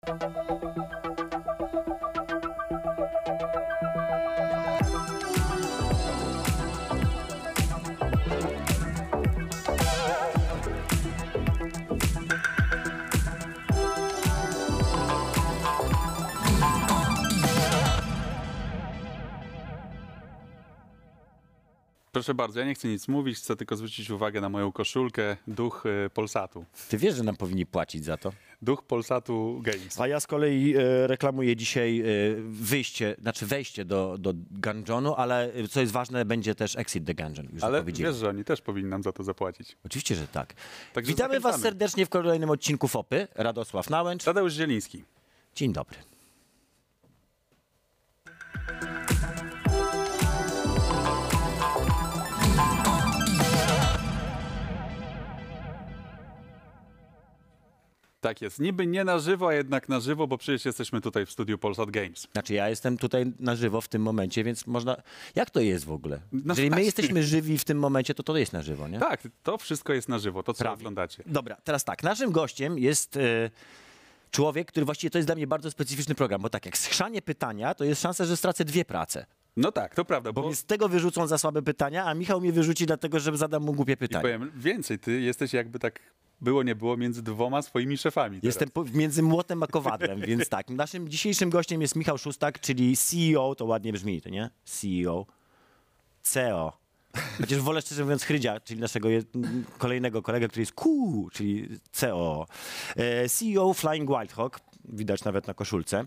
Proszę bardzo, ja nie chcę nic mówić, chcę tylko zwrócić uwagę na moją koszulkę Duch Polsatu. Ty wiesz, że nam powinni płacić za to? Duch Polsatu Games. A ja z kolei reklamuję dzisiaj wejście do Gungeonu, ale co jest ważne, będzie też Exit the Gungeon. Już Ale wiesz, że oni też powinni nam za to zapłacić. Oczywiście, że tak. Także Witamy zachęcamy. was serdecznie w kolejnym odcinku FOPy. Radosław Nałęcz. Tadeusz Zieliński. Dzień dobry. Tak jest. Niby nie na żywo, a jednak na żywo, bo przecież jesteśmy tutaj w studiu Polsat Games. Znaczy ja jestem tutaj na żywo w tym momencie, więc można... Jak to jest w ogóle? No Jeżeli my właśnie. jesteśmy żywi w tym momencie, to jest na żywo, nie? Tak, to wszystko jest na żywo, to co Prawie. oglądacie. Dobra, teraz tak. Naszym gościem jest człowiek, który właściwie to jest dla mnie bardzo specyficzny program, bo tak jak schrzanie pytania, to jest szansa, że stracę 2 prace. No tak, to prawda, Bo mnie z tego wyrzucą za słabe pytania, a Michał mnie wyrzuci dlatego, że zadam mu głupie I pytania. powiem więcej, ty jesteś jakby tak było, nie było między 2 swoimi szefami. Jestem między młotem a kowadłem, więc tak. Naszym dzisiejszym gościem jest Michał Szóstak, czyli CEO, to ładnie brzmi, to nie? CEO. CEO. Chociaż wolę szczerze mówiąc Chrydzia, czyli naszego kolejnego kolegę, który jest Q, czyli CEO. CEO Flying Wild Hog, widać nawet na koszulce.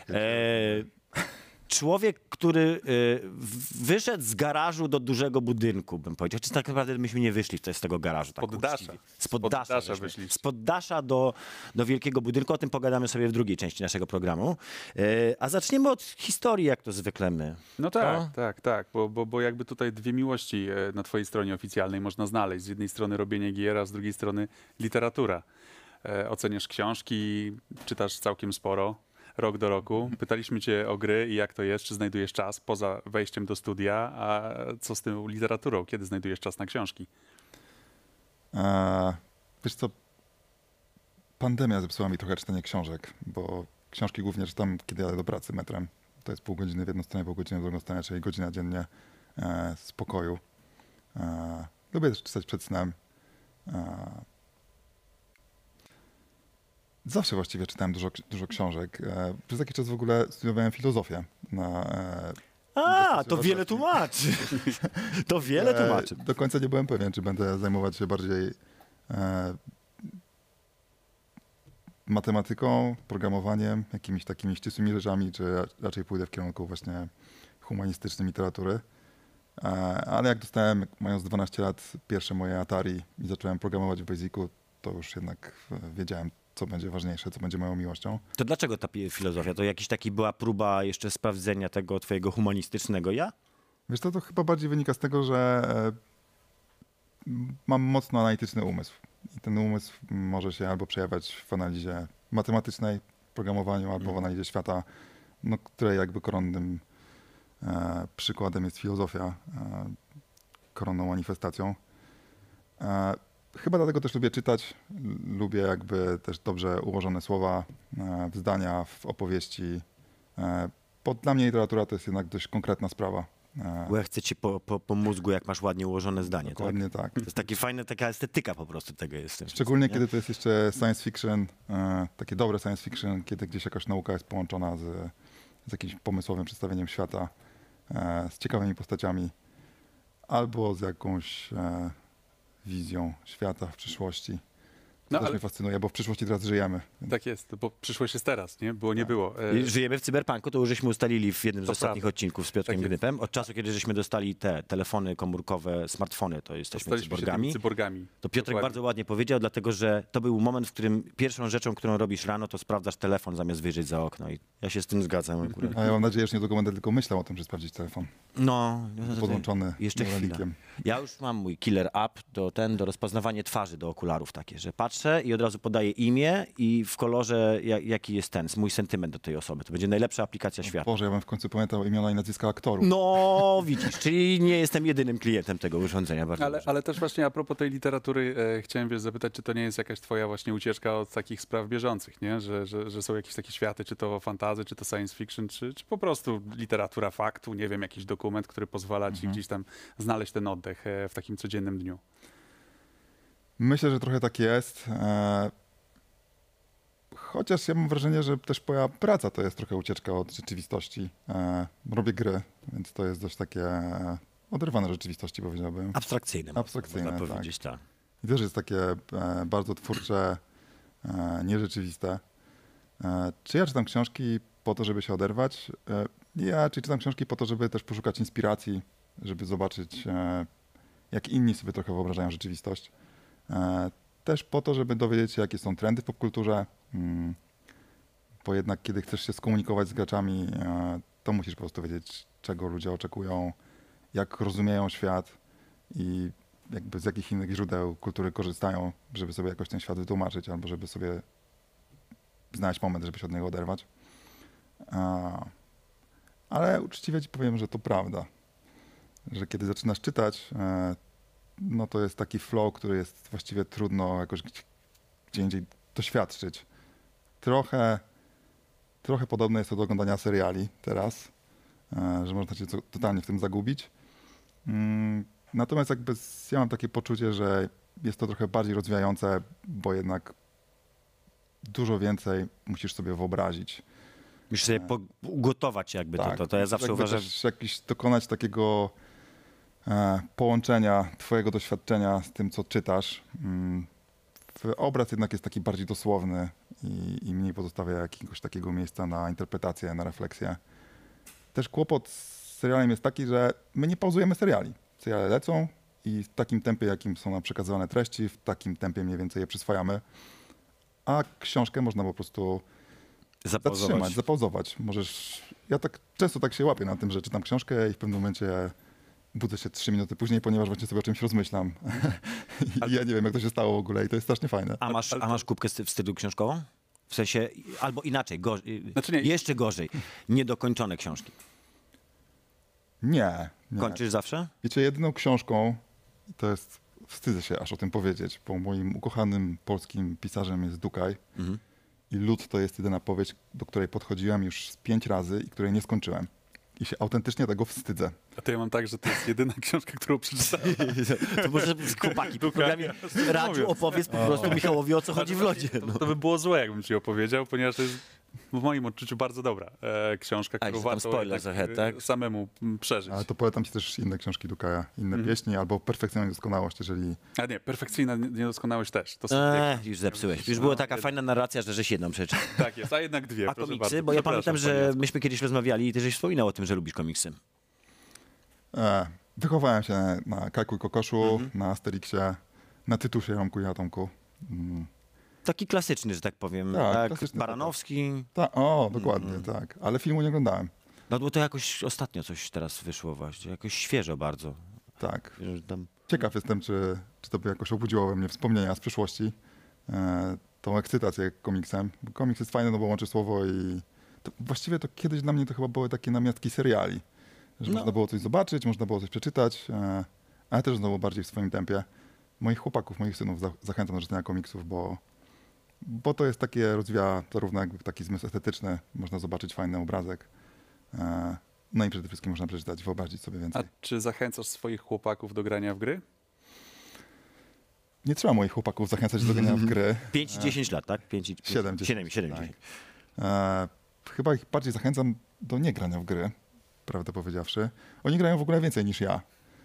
Człowiek, który wyszedł z garażu do dużego budynku, bym powiedział. Czy tak naprawdę myśmy nie wyszli z tego garażu? Tak Poddasza. Z poddasza wyszliście. Z poddasza do wielkiego budynku. O tym pogadamy sobie w drugiej części naszego programu. A zaczniemy od historii, jak to zwykle my. No tak, tak, bo jakby tutaj 2 miłości na twojej stronie oficjalnej można znaleźć. Z jednej strony robienie gier, a z drugiej strony literatura. Oceniasz książki, czytasz całkiem sporo. Rok do roku. Pytaliśmy cię o gry i jak to jest, czy znajdujesz czas poza wejściem do studia, a co z tą literaturą? Kiedy znajdujesz czas na książki? Wiesz co, pandemia zepsuła mi trochę czytanie książek, bo książki głównie czytam, kiedy jadę do pracy metrem. To jest pół godziny w jedną stronę, pół godziny w drugą stronę, czyli godzina dziennie spokoju. Lubię też czytać przed snem. Zawsze właściwie czytałem dużo książek. Przez jakiś czas w ogóle studiowałem filozofię. To wiele tłumaczy. To wiele tłumaczy. Do końca nie byłem pewien, czy będę zajmować się bardziej matematyką, programowaniem, jakimiś takimi ścisłymi rzeczami, czy raczej pójdę w kierunku właśnie humanistycznym literatury. Ale jak dostałem, mając 12 lat, pierwsze moje Atari i zacząłem programować w Basicu, to już jednak wiedziałem, co będzie ważniejsze, co będzie moją miłością. To dlaczego ta filozofia? To jakiś taki była próba jeszcze sprawdzenia tego twojego humanistycznego ja? Wiesz co, to chyba bardziej wynika z tego, że mam mocno analityczny umysł. I ten umysł może się albo przejawiać w analizie matematycznej, programowaniu, albo w analizie świata, no, której jakby koronnym przykładem jest filozofia, koronną manifestacją. Chyba dlatego też lubię czytać, lubię jakby też dobrze ułożone słowa w zdania, w opowieści, bo dla mnie literatura to jest jednak dość konkretna sprawa. Bo ja chcę ci po mózgu, jak masz ładnie ułożone zdanie. Dokładnie tak. To jest taki fajny, taka estetyka po prostu tego jest. Szczególnie kiedy to jest jeszcze science fiction, takie dobre science fiction, kiedy gdzieś jakaś nauka jest połączona z jakimś pomysłowym przedstawieniem świata, z ciekawymi postaciami, albo z jakąś wizją świata w przyszłości. To też mnie fascynuje, bo w przyszłości teraz żyjemy. Tak jest, bo przyszłość jest teraz, nie? Było, nie było. Żyjemy w cyberpunku, to już żeśmy ustalili w jednym z ostatnich odcinków z Piotrem Tak Grypem. Od czasu, kiedy żeśmy dostali te telefony komórkowe, smartfony, to jesteśmy cyborgami. To Piotrek Dokładnie. bardzo ładnie powiedział, dlatego że to był moment, w którym pierwszą rzeczą, którą robisz rano, to sprawdzasz telefon zamiast wyjrzeć za okno. I ja się z tym zgadzam akurat. A ja mam nadzieję, że niedługo będę tylko myślał o tym, żeby sprawdzić telefon. No, Podłączony jeszcze chwilę. neuralikiem. Ja już mam mój killer app do rozpoznawania twarzy do okularów takie, że patrzę patrzę i od razu podaję imię i w kolorze jaki jest mój sentyment do tej osoby. To będzie najlepsza aplikacja świata. Boże, ja bym w końcu pamiętał imiona i nazwiska aktorów. No, widzisz, czyli nie jestem jedynym klientem tego urządzenia. Bardzo dobrze. Ale też właśnie a propos tej literatury chciałem zapytać, czy to nie jest jakaś twoja właśnie ucieczka od takich spraw bieżących, nie? Że są jakieś takie światy, czy to fantasy, czy to science fiction, czy po prostu literatura faktu, nie wiem, jakiś dokument, który pozwala ci gdzieś tam znaleźć ten oddech w takim codziennym dniu. Myślę, że trochę tak jest. Chociaż ja mam wrażenie, że też moja praca to jest trochę ucieczka od rzeczywistości. Robię gry, więc to jest dość takie oderwane od rzeczywistości, powiedziałbym. Abstrakcyjne. Abstrakcyjne, można tak. powiedzieć, tak. I też jest takie bardzo twórcze, nierzeczywiste. Czy ja czytam książki po to, żeby się oderwać? Ja czytam książki po to, żeby też poszukać inspiracji, żeby zobaczyć, jak inni sobie trochę wyobrażają rzeczywistość. Też po to, żeby dowiedzieć się, jakie są trendy w popkulturze, bo jednak kiedy chcesz się skomunikować z graczami, to musisz po prostu wiedzieć, czego ludzie oczekują, jak rozumieją świat i jakby z jakich innych źródeł kultury korzystają, żeby sobie jakoś ten świat wytłumaczyć, albo żeby sobie znaleźć moment, żeby się od niego oderwać. Ale uczciwie ci powiem, że to prawda, że kiedy zaczynasz czytać, no to jest taki flow, który jest właściwie trudno jakoś gdzie indziej doświadczyć. Trochę podobne jest to do oglądania seriali teraz, że można się totalnie w tym zagubić. Natomiast jakby ja mam takie poczucie, że jest to trochę bardziej rozwijające, bo jednak dużo więcej musisz sobie wyobrazić. Musisz sobie ugotować jakby Tak, to ja zawsze jakby uważam. też jakiś dokonać takiego połączenia twojego doświadczenia z tym, co czytasz. Obraz jednak jest taki bardziej dosłowny i mniej pozostawia jakiegoś takiego miejsca na interpretację, na refleksję. Też kłopot z serialem jest taki, że my nie pauzujemy seriali. Seriale lecą i w takim tempie, jakim są nam przekazywane treści, w takim tempie mniej więcej je przyswajamy. A książkę można po prostu zatrzymać, zapauzować. Ja tak często tak się łapię na tym, że czytam książkę i w pewnym momencie budzę się 3 minuty później, ponieważ właśnie sobie o czymś rozmyślam. I ja nie wiem, jak to się stało w ogóle i to jest strasznie fajne. A masz kubkę wstydu książkową? W sensie, albo inaczej, Znaczy nie. jeszcze gorzej, niedokończone książki. Nie. Kończysz zawsze? Wiecie, jedyną książką, to jest, wstydzę się aż o tym powiedzieć, bo moim ukochanym polskim pisarzem jest Dukaj. I Lód to jest jedyna powieść, do której podchodziłem już z 5 razy i której nie skończyłem. I się autentycznie tego wstydzę. A to ja mam tak, że to jest jedyna książka, którą przeczytałem. To może chłopaki w programie Radziu opowiedz po prostu Michałowi, o co chodzi w lodzie. No. To by było złe, jakbym ci opowiedział, ponieważ to jest w moim odczuciu bardzo dobra książka, którą tam warto spoiler trochę, tak? samemu przeżyć. Ale to polecam ci też inne książki Dukaja, inne pieśni albo Perfekcyjna Doskonałość, jeżeli... A nie, perfekcyjna niedoskonałość też. To są Już zepsułeś. Już była taka fajna narracja, że żeś jedną przeczytał. Tak jest, a jednak dwie. A proszę komiksy? bardzo. Bo ja Przepraszam, pamiętam, panie że Jacku. myśmy kiedyś rozmawiali i ty żeś wspominał o tym, że lubisz komiksy. Wychowałem się na Kajku i Kokoszu, na Asterixie, na Tytusie, Romku i Atomku. Taki klasyczny, że tak powiem. Tak, Tak, klasyczny Baranowski. Dokładnie, tak. Ale filmu nie oglądałem. No bo to jakoś ostatnio coś teraz wyszło właśnie. Jakoś świeżo bardzo. Tak. Że tam... Ciekaw jestem, czy to by jakoś obudziło we mnie wspomnienia z przeszłości. Tą ekscytację komiksem. Komiks jest fajny, no bo łączy słowo i... Właściwie to kiedyś dla mnie to chyba były takie namiastki seriali. Że można było coś zobaczyć, można było coś przeczytać, ale też znowu bardziej w swoim tempie. Moich chłopaków, moich synów zachęcam do czytania komiksów, bo to jest takie, rozwija zarówno jakby taki zmysł estetyczny, można zobaczyć fajny obrazek, no i przede wszystkim można przeczytać, wyobrazić sobie A więcej. czy zachęcasz swoich chłopaków do grania w gry? Nie trzeba moich chłopaków zachęcać do grania w gry. 5 i 10 lat, tak? 5 i 7, 7, 7 tak. 10. Chyba ich bardziej zachęcam do niegrania w gry, prawdę powiedziawszy. Oni grają w ogóle więcej niż ja.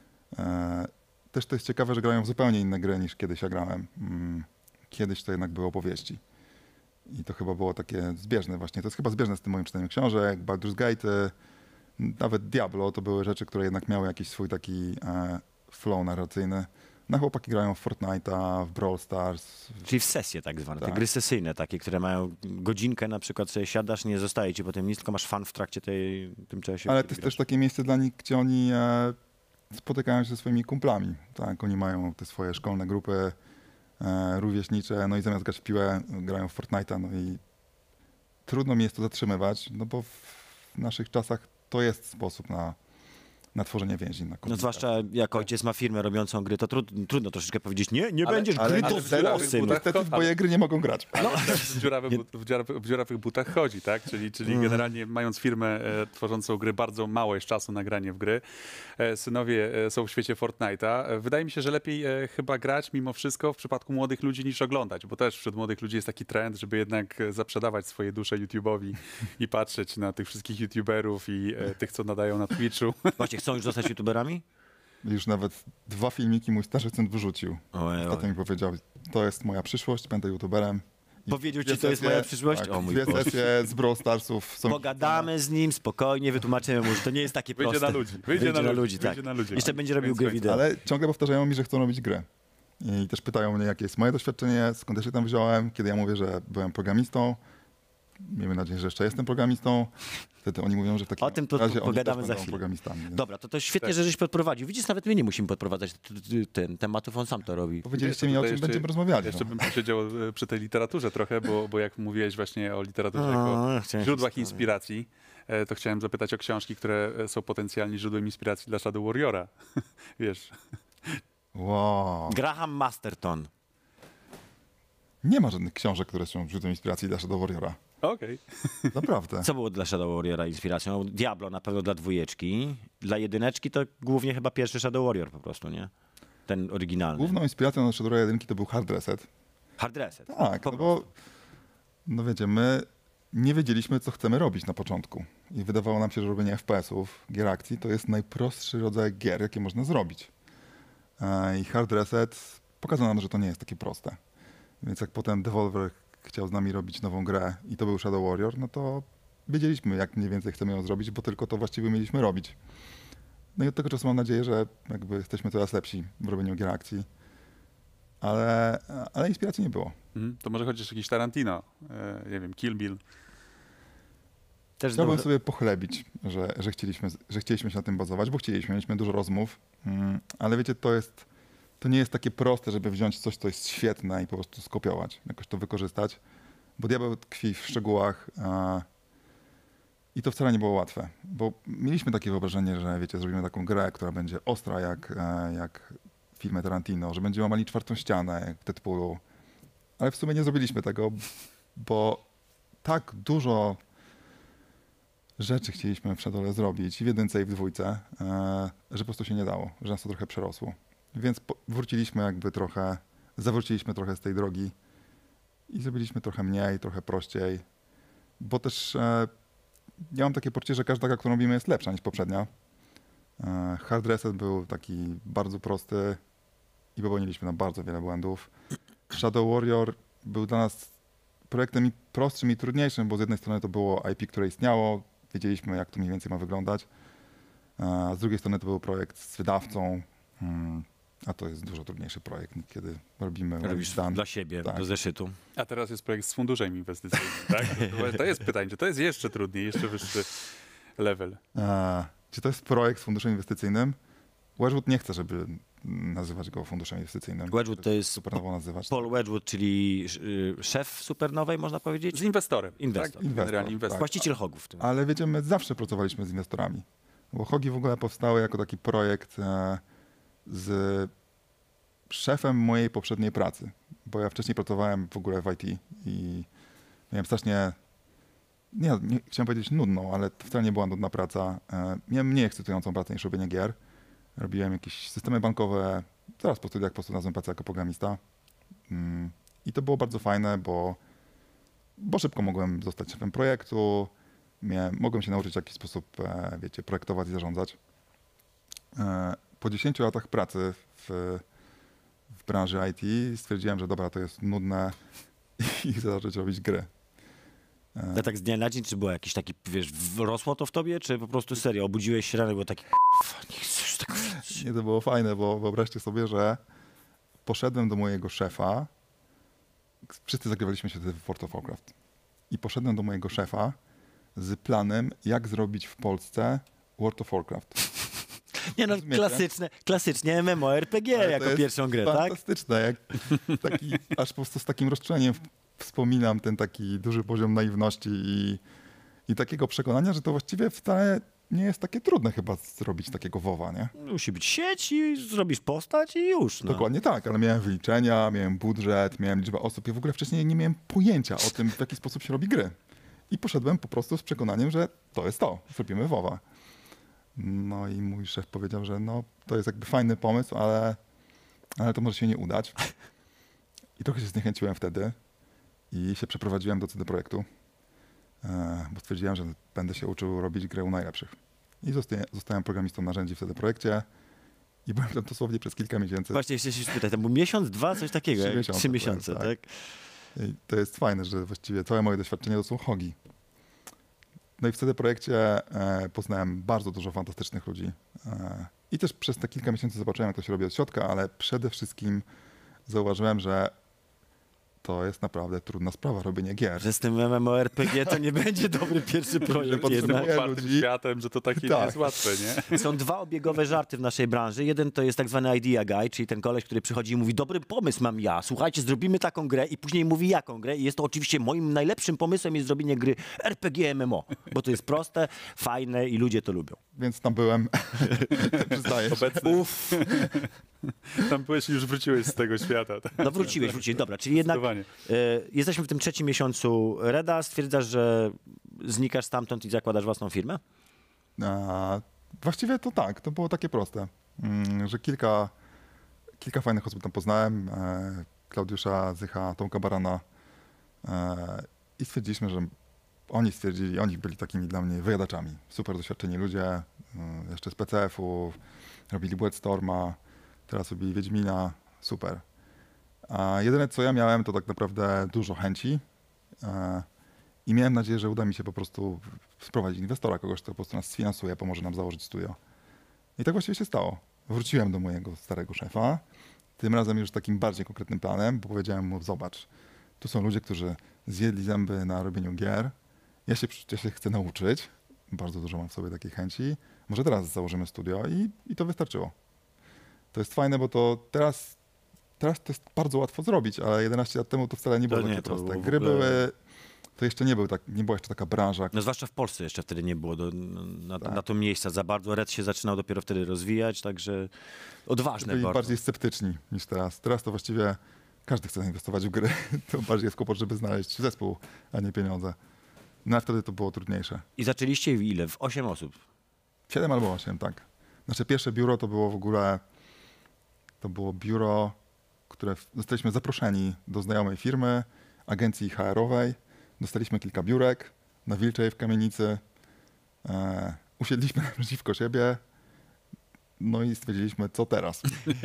Też to jest ciekawe, że grają w zupełnie inne gry niż kiedyś ja grałem. Kiedyś to jednak były opowieści. I to chyba było takie zbieżne właśnie. To jest chyba zbieżne z tym moim czytaniem książek, Baldur's Gate, nawet Diablo. To były rzeczy, które jednak miały jakiś swój taki flow narracyjny. No chłopaki grają w Fortnite'a, w Brawl Stars. Czyli w sesje tak zwane, te Tak. gry sesyjne takie, które mają godzinkę na przykład, sobie siadasz, nie zostaje ci potem nic, tylko masz fan w trakcie tym czasie. Ale kiedy to jest grasz. też takie miejsce dla nich, gdzie oni spotykają się ze swoimi kumplami. Tak? Oni mają te swoje szkolne grupy, rówieśnicze, no i zamiast grać w piłę, grają w Fortnite'a, no i trudno mi jest to zatrzymywać, no bo w naszych czasach to jest sposób na tworzenie więzi. Na No komunikację. zwłaszcza jak ojciec ma firmę robiąc gry, to trudno troszeczkę powiedzieć, nie Ale- będziesz ale- gry, to ale zło, teraz- synu. Niestety w moje gry nie mogą grać. No, w dziurawych butach chodzi, tak? Czyli generalnie mając firmę tworzącą gry, bardzo mało jest czasu na granie w gry. Synowie są w świecie Fortnite'a. Wydaje mi się, że lepiej chyba grać mimo wszystko w przypadku młodych ludzi niż oglądać, bo też wśród młodych ludzi jest taki trend, żeby jednak zaprzedawać swoje dusze YouTube'owi i patrzeć na tych wszystkich YouTuberów i tych, co nadają na Twitchu. Właśnie, chcą już zostać youtuberami? Już nawet 2 filmiki mój starszy syn wyrzucił. Ojej, Ostatnio mi powiedział, to jest moja przyszłość, będę youtuberem. I Powiedział ci, dwie to jest sesje- moja przyszłość? Tak, O mój dwie Boże. sesje z Brawl Starsów są... Pogadamy z nim spokojnie, wytłumaczymy mu, że to nie jest takie Wyjdzie proste. na ludzi. Wyjdzie na ludzi, tak. wyjdzie na ludzi. Jeszcze będzie robił Więc gry słuchajcie, wideo. Ale ciągle powtarzają mi, że chcą robić grę. I też pytają mnie, jakie jest moje doświadczenie, skąd ja się tam wziąłem, kiedy ja mówię, że byłem programistą. Miejmy nadzieję, że jeszcze jestem programistą. Wtedy oni mówią, że w takim O tym to razie oni pogadamy też za będą chwilę. programistami. Więc Dobra, to świetnie, Tak. że żeś podprowadził. Widzisz, nawet my nie musimy podprowadzać ten tematów, on sam to robi. Powiedzieliście mi, o Tutaj czym jeszcze- będziemy rozmawiali. Jeszcze No. bym posiedział przy tej literaturze trochę, bo jak mówiłeś właśnie o literaturze A, jako chciałem źródłach historię. inspiracji, to chciałem zapytać o książki, które są potencjalnie źródłem inspiracji dla Shadow Warriora. Wiesz, Wow. Graham Masterton. Nie ma żadnych książek, które są źródłem inspiracji dla Shadow Warriora. okej. Naprawdę. Co było dla Shadow Warriora inspiracją? Diablo na pewno dla 2. Dla 1 to głównie chyba pierwszy Shadow Warrior po prostu, nie? Ten oryginalny. Główną inspiracją na Shadow Warrior 1 to był Hard Reset. Hard Reset. Tak, Po no prostu. bo no wiecie, my nie wiedzieliśmy, co chcemy robić na początku. I wydawało nam się, że robienie FPS-ów, gier akcji, to jest najprostszy rodzaj gier, jakie można zrobić. I Hard Reset pokazał nam, że to nie jest takie proste. Więc jak potem Devolver chciał z nami robić nową grę i to był Shadow Warrior, no to wiedzieliśmy, jak mniej więcej chcemy ją zrobić, bo tylko to właściwie mieliśmy robić. No i od tego czasu mam nadzieję, że jakby jesteśmy coraz lepsi w robieniu gier akcji. Ale inspiracji nie było. To może chociaż jakiś Tarantino, nie wiem, Kill Bill. Też Chciałbym znowu- sobie pochlebić, że chcieliśmy się na tym bazować, bo mieliśmy dużo rozmów, ale wiecie, to nie jest takie proste, żeby wziąć coś, co jest świetne i po prostu skopiować, jakoś to wykorzystać, bo diabeł tkwi w szczegółach i to wcale nie było łatwe, bo mieliśmy takie wyobrażenie, że wiecie, zrobimy taką grę, która będzie ostra jak w filmie Tarantino, że będziemy łamali 4. ścianę jak w Deadpoolu, ale w sumie nie zrobiliśmy tego, bo tak dużo rzeczy chcieliśmy w Shadowle zrobić i w 1 i w 2, że po prostu się nie dało, że nas to trochę przerosło. Więc zawróciliśmy trochę z tej drogi i zrobiliśmy trochę mniej, trochę prościej, bo też ja mam takie poczucie, że każda gra, którą robimy, jest lepsza niż poprzednia. Hard Reset był taki bardzo prosty i popełniliśmy na bardzo wiele błędów. Shadow Warrior był dla nas projektem i prostszym i trudniejszym, bo z jednej strony to było IP, które istniało, wiedzieliśmy, jak to mniej więcej ma wyglądać, a z drugiej strony to był projekt z wydawcą, a to jest dużo trudniejszy projekt, kiedy robimy Robisz stan. dla siebie, Tak. do zeszytu. A teraz jest projekt z funduszem inwestycyjnym, tak? To jest pytanie, czy to jest jeszcze trudniej, jeszcze wyższy level? Czy to jest projekt z funduszem inwestycyjnym? Wedgwood nie chce, żeby nazywać go funduszem inwestycyjnym. Wedgwood to jest super nowo nazywać. Paul Wedgwood, czyli szef Supernowej, można powiedzieć? Z inwestorem. Inwestor. Tak? Generalnie inwestor. tak. Właściciel Hogów w tym. Ale wiecie, my zawsze pracowaliśmy z inwestorami, bo Hogi w ogóle powstały jako taki projekt z szefem mojej poprzedniej pracy, bo ja wcześniej pracowałem w ogóle w IT i miałem strasznie, nie chciałem powiedzieć nudną, ale to wcale nie była nudna praca. Miałem mniej ekscytującą pracę niż robienie gier. Robiłem jakieś systemy bankowe, zaraz po studiach po prostu znalazłem pracę jako programista. I to było bardzo fajne, bo szybko mogłem zostać szefem projektu, mogłem się nauczyć w jaki sposób, wiecie, projektować i zarządzać. Po 10 latach pracy w branży IT stwierdziłem, że dobra, to jest nudne i chcę zacząć robić gry. A tak z dnia na dzień, czy było jakiś taki, wiesz, rosło to w tobie, czy po prostu serio, obudziłeś się rano i było taki, nie chcę już tego wiedzieć. Nie, to było fajne, bo wyobraźcie sobie, że poszedłem do mojego szefa, wszyscy zagrywaliśmy się wtedy w World of Warcraft i poszedłem do mojego szefa z planem, jak zrobić w Polsce World of Warcraft. Nie no, klasycznie MMORPG Ale to jako jest pierwszą grę, tak? fantastyczne, jak aż po prostu z takim rozczuleniem wspominam ten taki duży poziom naiwności i takiego przekonania, że to właściwie wcale nie jest takie trudne chyba zrobić takiego WoWa, nie? Musi być sieć i zrobisz postać i już. No. Dokładnie tak, ale miałem wyliczenia, miałem budżet, miałem liczbę osób. Ja w ogóle wcześniej nie miałem pojęcia o tym, w jaki sposób się robi gry. I poszedłem po prostu z przekonaniem, że to jest to, zrobimy WoWa. No i mój szef powiedział, że no, to jest jakby fajny pomysł, ale to może się nie udać. I trochę się zniechęciłem wtedy i się przeprowadziłem do CD Projektu, bo stwierdziłem, że będę się uczył robić grę u najlepszych. I zostałem programistą narzędzi w CD Projekcie i byłem tam dosłownie przez kilka miesięcy. Właśnie, jeszcze się spytać, tam był miesiąc, dwa, coś takiego. 3 miesiące, 3 miesiące, tak. tak? I to jest fajne, że właściwie całe moje doświadczenie to są hogi. No i w CD Projekcie poznałem bardzo dużo fantastycznych ludzi. I też przez te kilka miesięcy zobaczyłem, jak to się robi od środka, ale przede wszystkim zauważyłem, że to jest naprawdę trudna sprawa, robienie gier. Że z tym MMORPG to nie będzie dobry pierwszy projekt potrzebuje jednak. Otwartym ludzi. światem, że to takie nie Tak. jest łatwe, nie? Są dwa obiegowe żarty w naszej branży. Jeden to jest tak zwany idea guy, czyli ten koleś, który przychodzi i mówi, dobry pomysł mam ja, słuchajcie, zrobimy taką grę i później mówi jaką grę i jest to oczywiście moim najlepszym pomysłem jest zrobienie gry RPG MMO, bo to jest proste, fajne i ludzie to lubią. Więc tam byłem, przyznaję się. Obecny. Tam byłeś i już wróciłeś z tego świata. Tak? No wróciłeś, dobra, czyli jednak Zdecydowanie. jesteśmy w tym 3. miesiącu Reda, stwierdzasz, że znikasz stamtąd i zakładasz własną firmę? Właściwie to tak, to było takie proste, że kilka fajnych osób tam poznałem, Klaudiusza Zycha, Tomka Barana i stwierdziliśmy, że oni byli takimi dla mnie wyjadaczami, super doświadczeni ludzie, jeszcze z PCF-u, robili Bulletstorma, teraz robili Wiedźmina, super. A jedyne co ja miałem to tak naprawdę dużo chęci i miałem nadzieję, że uda mi się po prostu sprowadzić inwestora, kogoś, kto po prostu nas sfinansuje, pomoże nam założyć studio. I tak właściwie się stało. Wróciłem do mojego starego szefa, tym razem już takim bardziej konkretnym planem, bo powiedziałem mu, zobacz, tu są ludzie, którzy zjedli zęby na robieniu gier, ja się chcę nauczyć, bardzo dużo mam w sobie takiej chęci, może teraz założymy studio i to wystarczyło. To jest fajne, bo to teraz to jest bardzo łatwo zrobić, ale 11 lat temu to wcale nie było To nie, takie to proste. było w Gry ogóle- były, to jeszcze nie była jeszcze taka branża. No zwłaszcza w Polsce jeszcze wtedy nie było na to miejsca za bardzo. Red się zaczynał dopiero wtedy rozwijać, także odważne Byli bardzo. bardziej sceptyczni niż teraz. Teraz to właściwie każdy chce zainwestować w gry. To bardziej jest kłopot, żeby znaleźć zespół, a nie pieniądze. No a wtedy to było trudniejsze. I zaczęliście w ile? W 8 osób. 7 albo 8, tak. Nasze pierwsze biuro to było w ogóle, to było biuro, które zostaliśmy zaproszeni do znajomej firmy, agencji HR-owej. Dostaliśmy kilka biurek na Wilczej w kamienicy. Usiedliśmy naprzeciwko siebie. No i stwierdziliśmy, co teraz?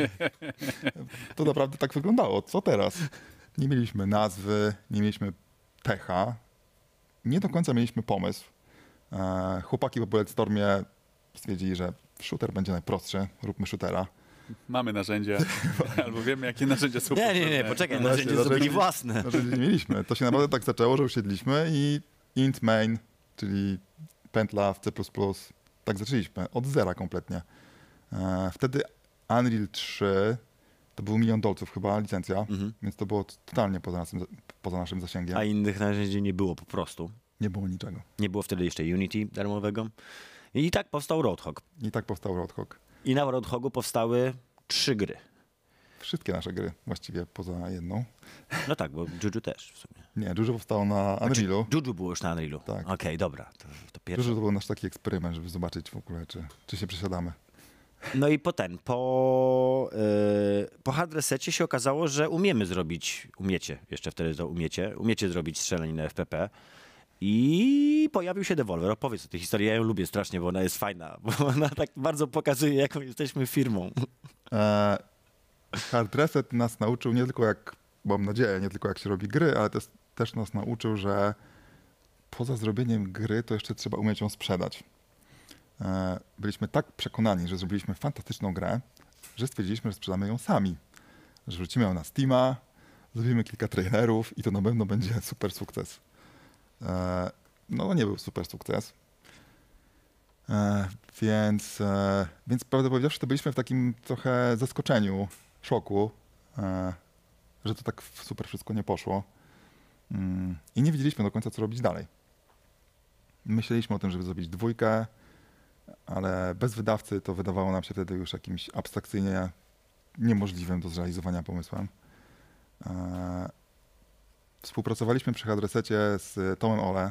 To naprawdę tak wyglądało. Co teraz? Nie mieliśmy nazwy, nie mieliśmy techa. Nie do końca mieliśmy pomysł. Chłopaki po Bulletstormie stwierdzili, że shooter będzie najprostszy, róbmy shootera. Mamy narzędzia, albo wiemy, jakie narzędzia są Nie, potrzebne. poczekaj, Właśnie, narzędzie zrobili własne. Narzędzi nie mieliśmy. To się naprawdę tak zaczęło, że usiedliśmy i int main, czyli pętla w C++, tak zaczęliśmy, od zera kompletnie. Wtedy Unreal 3 to był $1 000 000 chyba licencja, więc to było totalnie poza naszym zasięgiem. A innych narzędzi nie było po prostu. Nie było niczego. Nie było wtedy jeszcze Unity darmowego. I tak powstał Roadhog. I tak powstał Roadhog. I na Roadhogu powstały 3 gry. Wszystkie nasze gry właściwie poza jedną. No tak, bo Juju też w sumie. Nie, dużo powstało na Unrealu. Juju było już na Unrealu. Tak. Okej, dobra. To pierwsze. Dużo to był nasz taki eksperyment, żeby zobaczyć w ogóle, czy się przesiadamy. No i po hard resecie się okazało, że umiecie zrobić strzelaninę FPP i pojawił się Devolver. Opowiedz o tej historii, ja ją lubię strasznie, bo ona jest fajna, bo ona tak bardzo pokazuje, jaką jesteśmy firmą. Hard Reset nas nauczył nie tylko mam nadzieję, nie tylko jak się robi gry, ale też nas nauczył, że poza zrobieniem gry to jeszcze trzeba umieć ją sprzedać. Byliśmy tak przekonani, że zrobiliśmy fantastyczną grę, że stwierdziliśmy, że sprzedamy ją sami. Że wrzucimy ją na Steama, zrobimy kilka trailerów i to na pewno będzie super sukces. No nie był super sukces. Więc prawdę powiedziawszy, to byliśmy w takim trochę zaskoczeniu, szoku, że to tak super wszystko nie poszło. I nie wiedzieliśmy do końca, co robić dalej. Myśleliśmy o tym, żeby zrobić 2, ale bez wydawcy to wydawało nam się wtedy już jakimś abstrakcyjnie niemożliwym do zrealizowania pomysłem. Współpracowaliśmy przy Hardresecie z Tomem Ole,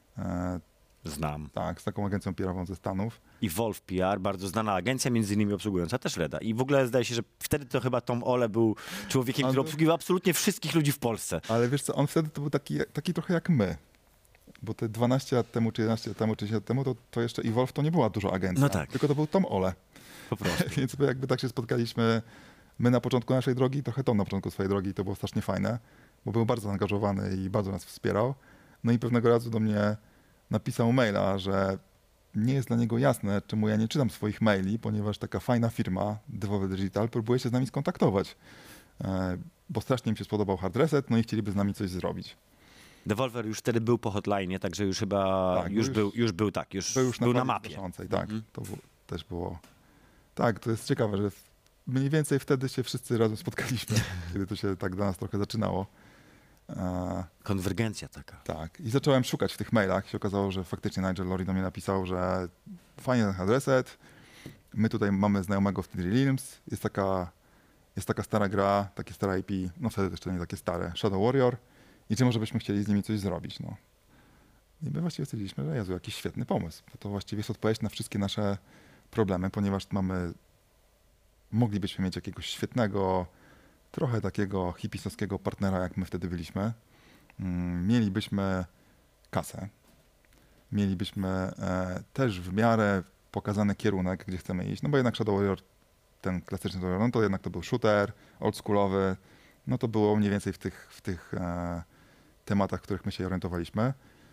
Znam. tak, z taką agencją PR-ową ze Stanów. I Wolf PR, bardzo znana agencja, między innymi obsługująca też Reda. I w ogóle zdaje się, że wtedy to chyba Tom Ole był człowiekiem, który obsługiwał absolutnie wszystkich ludzi w Polsce. Ale wiesz co, on wtedy to był taki trochę jak my. Bo te 12 lat temu, czy 11 lat temu, czy 10 lat temu, to jeszcze i Wolf to nie była duża agencja. No tak. Tylko to był Tom Ole. Po prostu. Więc jakby tak się spotkaliśmy my na początku naszej drogi, trochę Tom na początku swojej drogi. To było strasznie fajne, bo był bardzo zaangażowany i bardzo nas wspierał. No i pewnego razu do mnie napisał maila, że nie jest dla niego jasne, czemu ja nie czytam swoich maili, ponieważ taka fajna firma, Devolver Digital, próbuje się z nami skontaktować, bo strasznie im się spodobał Hard Reset, no i chcieliby z nami coś zrobić. Devolver już wtedy był po hotline, także już chyba Tak, już był na fali mapie. znoszącej, tak, też było. Tak, to jest ciekawe, że mniej więcej wtedy się wszyscy razem spotkaliśmy, kiedy to się tak dla nas trochę zaczynało. Konwergencja taka. Tak, i zacząłem szukać w tych mailach. Się okazało, że faktycznie Nigel Lori do mnie napisał, że fajnie ten Hard Reset, my tutaj mamy znajomego w Three Realms, jest taka stara gra, takie stare IP, no wtedy jeszcze nie takie stare, Shadow Warrior i czy może byśmy chcieli z nimi coś zrobić, no. I my właściwie stwierdziliśmy, że Jezu, jakiś świetny pomysł, bo to właściwie jest odpowiedź na wszystkie nasze problemy, ponieważ moglibyśmy mieć jakiegoś świetnego, trochę takiego hipisowskiego partnera, jak my wtedy byliśmy. Mielibyśmy kasę, mielibyśmy też w miarę pokazany kierunek, gdzie chcemy iść, no bo jednak Shadow Warrior, ten klasyczny Shadow Warrior, no to jednak to był shooter, oldschoolowy, no to było mniej więcej w tych tematach, w których my się orientowaliśmy.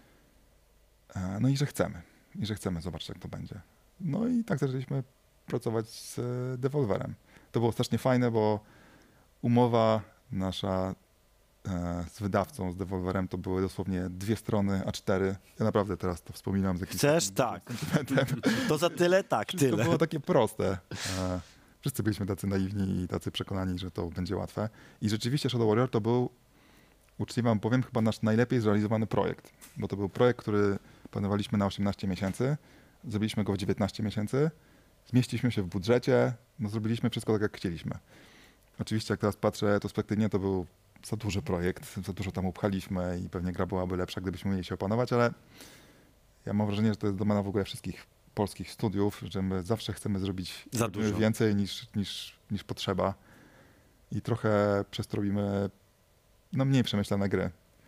No i że chcemy zobaczyć, jak to będzie. No i tak zaczęliśmy pracować z Devolverem. To było strasznie fajne, bo umowa nasza z wydawcą, z Devolverem, to były dosłownie 2 strony A4. Ja naprawdę teraz to wspominam z jakimś... Chcesz? Tak. To za tyle? Tak, Wszystko tyle. było takie proste. Wszyscy byliśmy tacy naiwni i tacy przekonani, że to będzie łatwe. I rzeczywiście Shadow Warrior to był, uczciwie wam powiem, chyba nasz najlepiej zrealizowany projekt. Bo to był projekt, który planowaliśmy na 18 miesięcy. Zrobiliśmy go w 19 miesięcy. Zmieściliśmy się w budżecie. No, zrobiliśmy wszystko tak, jak chcieliśmy. Oczywiście, jak teraz patrzę retrospektywnie, to był za duży projekt, za dużo tam upchaliśmy i pewnie gra byłaby lepsza, gdybyśmy mieli się opanować, ale ja mam wrażenie, że to jest domena w ogóle wszystkich polskich studiów, że my zawsze chcemy zrobić Za dużo. więcej niż potrzeba i trochę przez to robimy mniej przemyślane gry.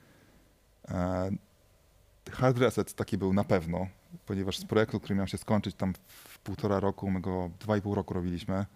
Hard Reset taki był na pewno, ponieważ z projektu, który miał się skończyć tam w 1,5 roku, my go 2,5 roku robiliśmy.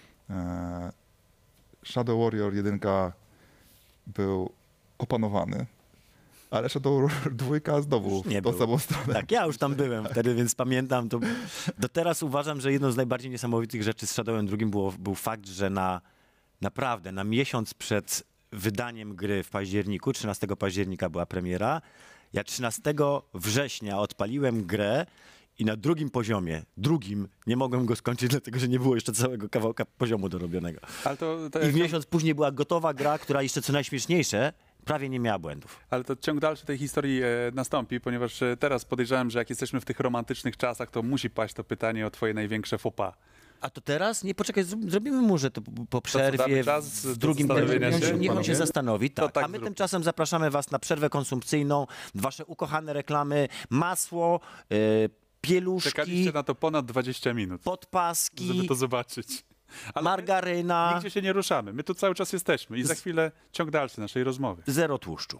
Shadow Warrior 1 był opanowany, ale Shadow Warrior 2 znowu Nie w tą był. samą stronę. Tak, ja już tam byłem wtedy, więc pamiętam to. Do teraz uważam, że jedną z najbardziej niesamowitych rzeczy z Shadowem II był fakt, że naprawdę na miesiąc przed wydaniem gry w październiku, 13 października była premiera, ja 13 września odpaliłem grę i na drugim, nie mogłem go skończyć, dlatego że nie było jeszcze całego kawałka poziomu dorobionego. Ale I w miesiąc później była gotowa gra, która jeszcze co najśmieszniejsze, prawie nie miała błędów. Ale to ciąg dalszy tej historii nastąpi, ponieważ teraz podejrzewam, że jak jesteśmy w tych romantycznych czasach, to musi paść to pytanie o twoje największe faux pas. A to teraz? Nie, poczekaj, zrobimy mu, że to po przerwie damy czas w do drugim zastanowienia niech się, on się panowie? zastanowi. To Tak. tak A my zróbmy. tymczasem zapraszamy was na przerwę konsumpcyjną, wasze ukochane reklamy, masło, pieluszki, Czekaliście na to ponad 20 minut, żeby podpaski, to zobaczyć. Ale margaryna, nigdzie się nie ruszamy. My tu cały czas jesteśmy i za chwilę ciąg dalszy naszej rozmowy. zero tłuszczu.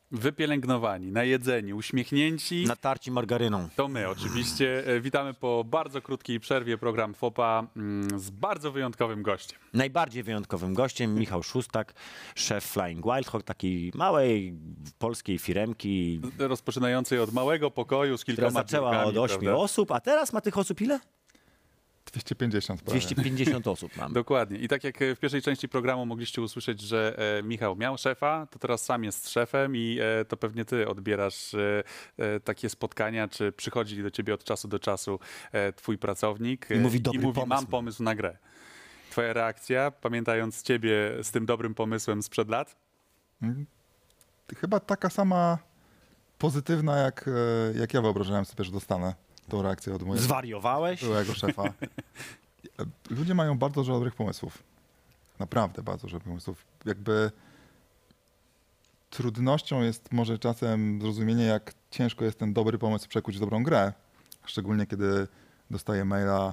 wypielęgnowani, najedzeni, uśmiechnięci. Natarci margaryną. To my oczywiście. Witamy po bardzo krótkiej przerwie program FOPA z bardzo wyjątkowym gościem. Najbardziej wyjątkowym gościem Michał Szóstak, szef Flying Wild Hog, takiej małej polskiej firemki, Rozpoczynającej od małego pokoju z która kilkoma zaczęła biurkami, od 8 prawda? osób, a teraz ma tych osób ile? 250 prawie. 250 osób mamy. Dokładnie. I tak jak w pierwszej części programu mogliście usłyszeć, że Michał miał szefa, to teraz sam jest szefem i to pewnie ty odbierasz takie spotkania, czy przychodzi do ciebie od czasu do czasu twój pracownik I mówi, dobry pomysł mam mam. pomysł na grę. Twoja reakcja, pamiętając ciebie z tym dobrym pomysłem sprzed lat? Chyba taka sama pozytywna, jak ja wyobrażałem sobie, że dostanę tą reakcję od mojego Zwariowałeś? byłego szefa. Ludzie mają bardzo dużo dobrych pomysłów. Naprawdę bardzo dużo pomysłów. Jakby trudnością jest może czasem zrozumienie, jak ciężko jest ten dobry pomysł przekuć w dobrą grę. Szczególnie kiedy dostaję maila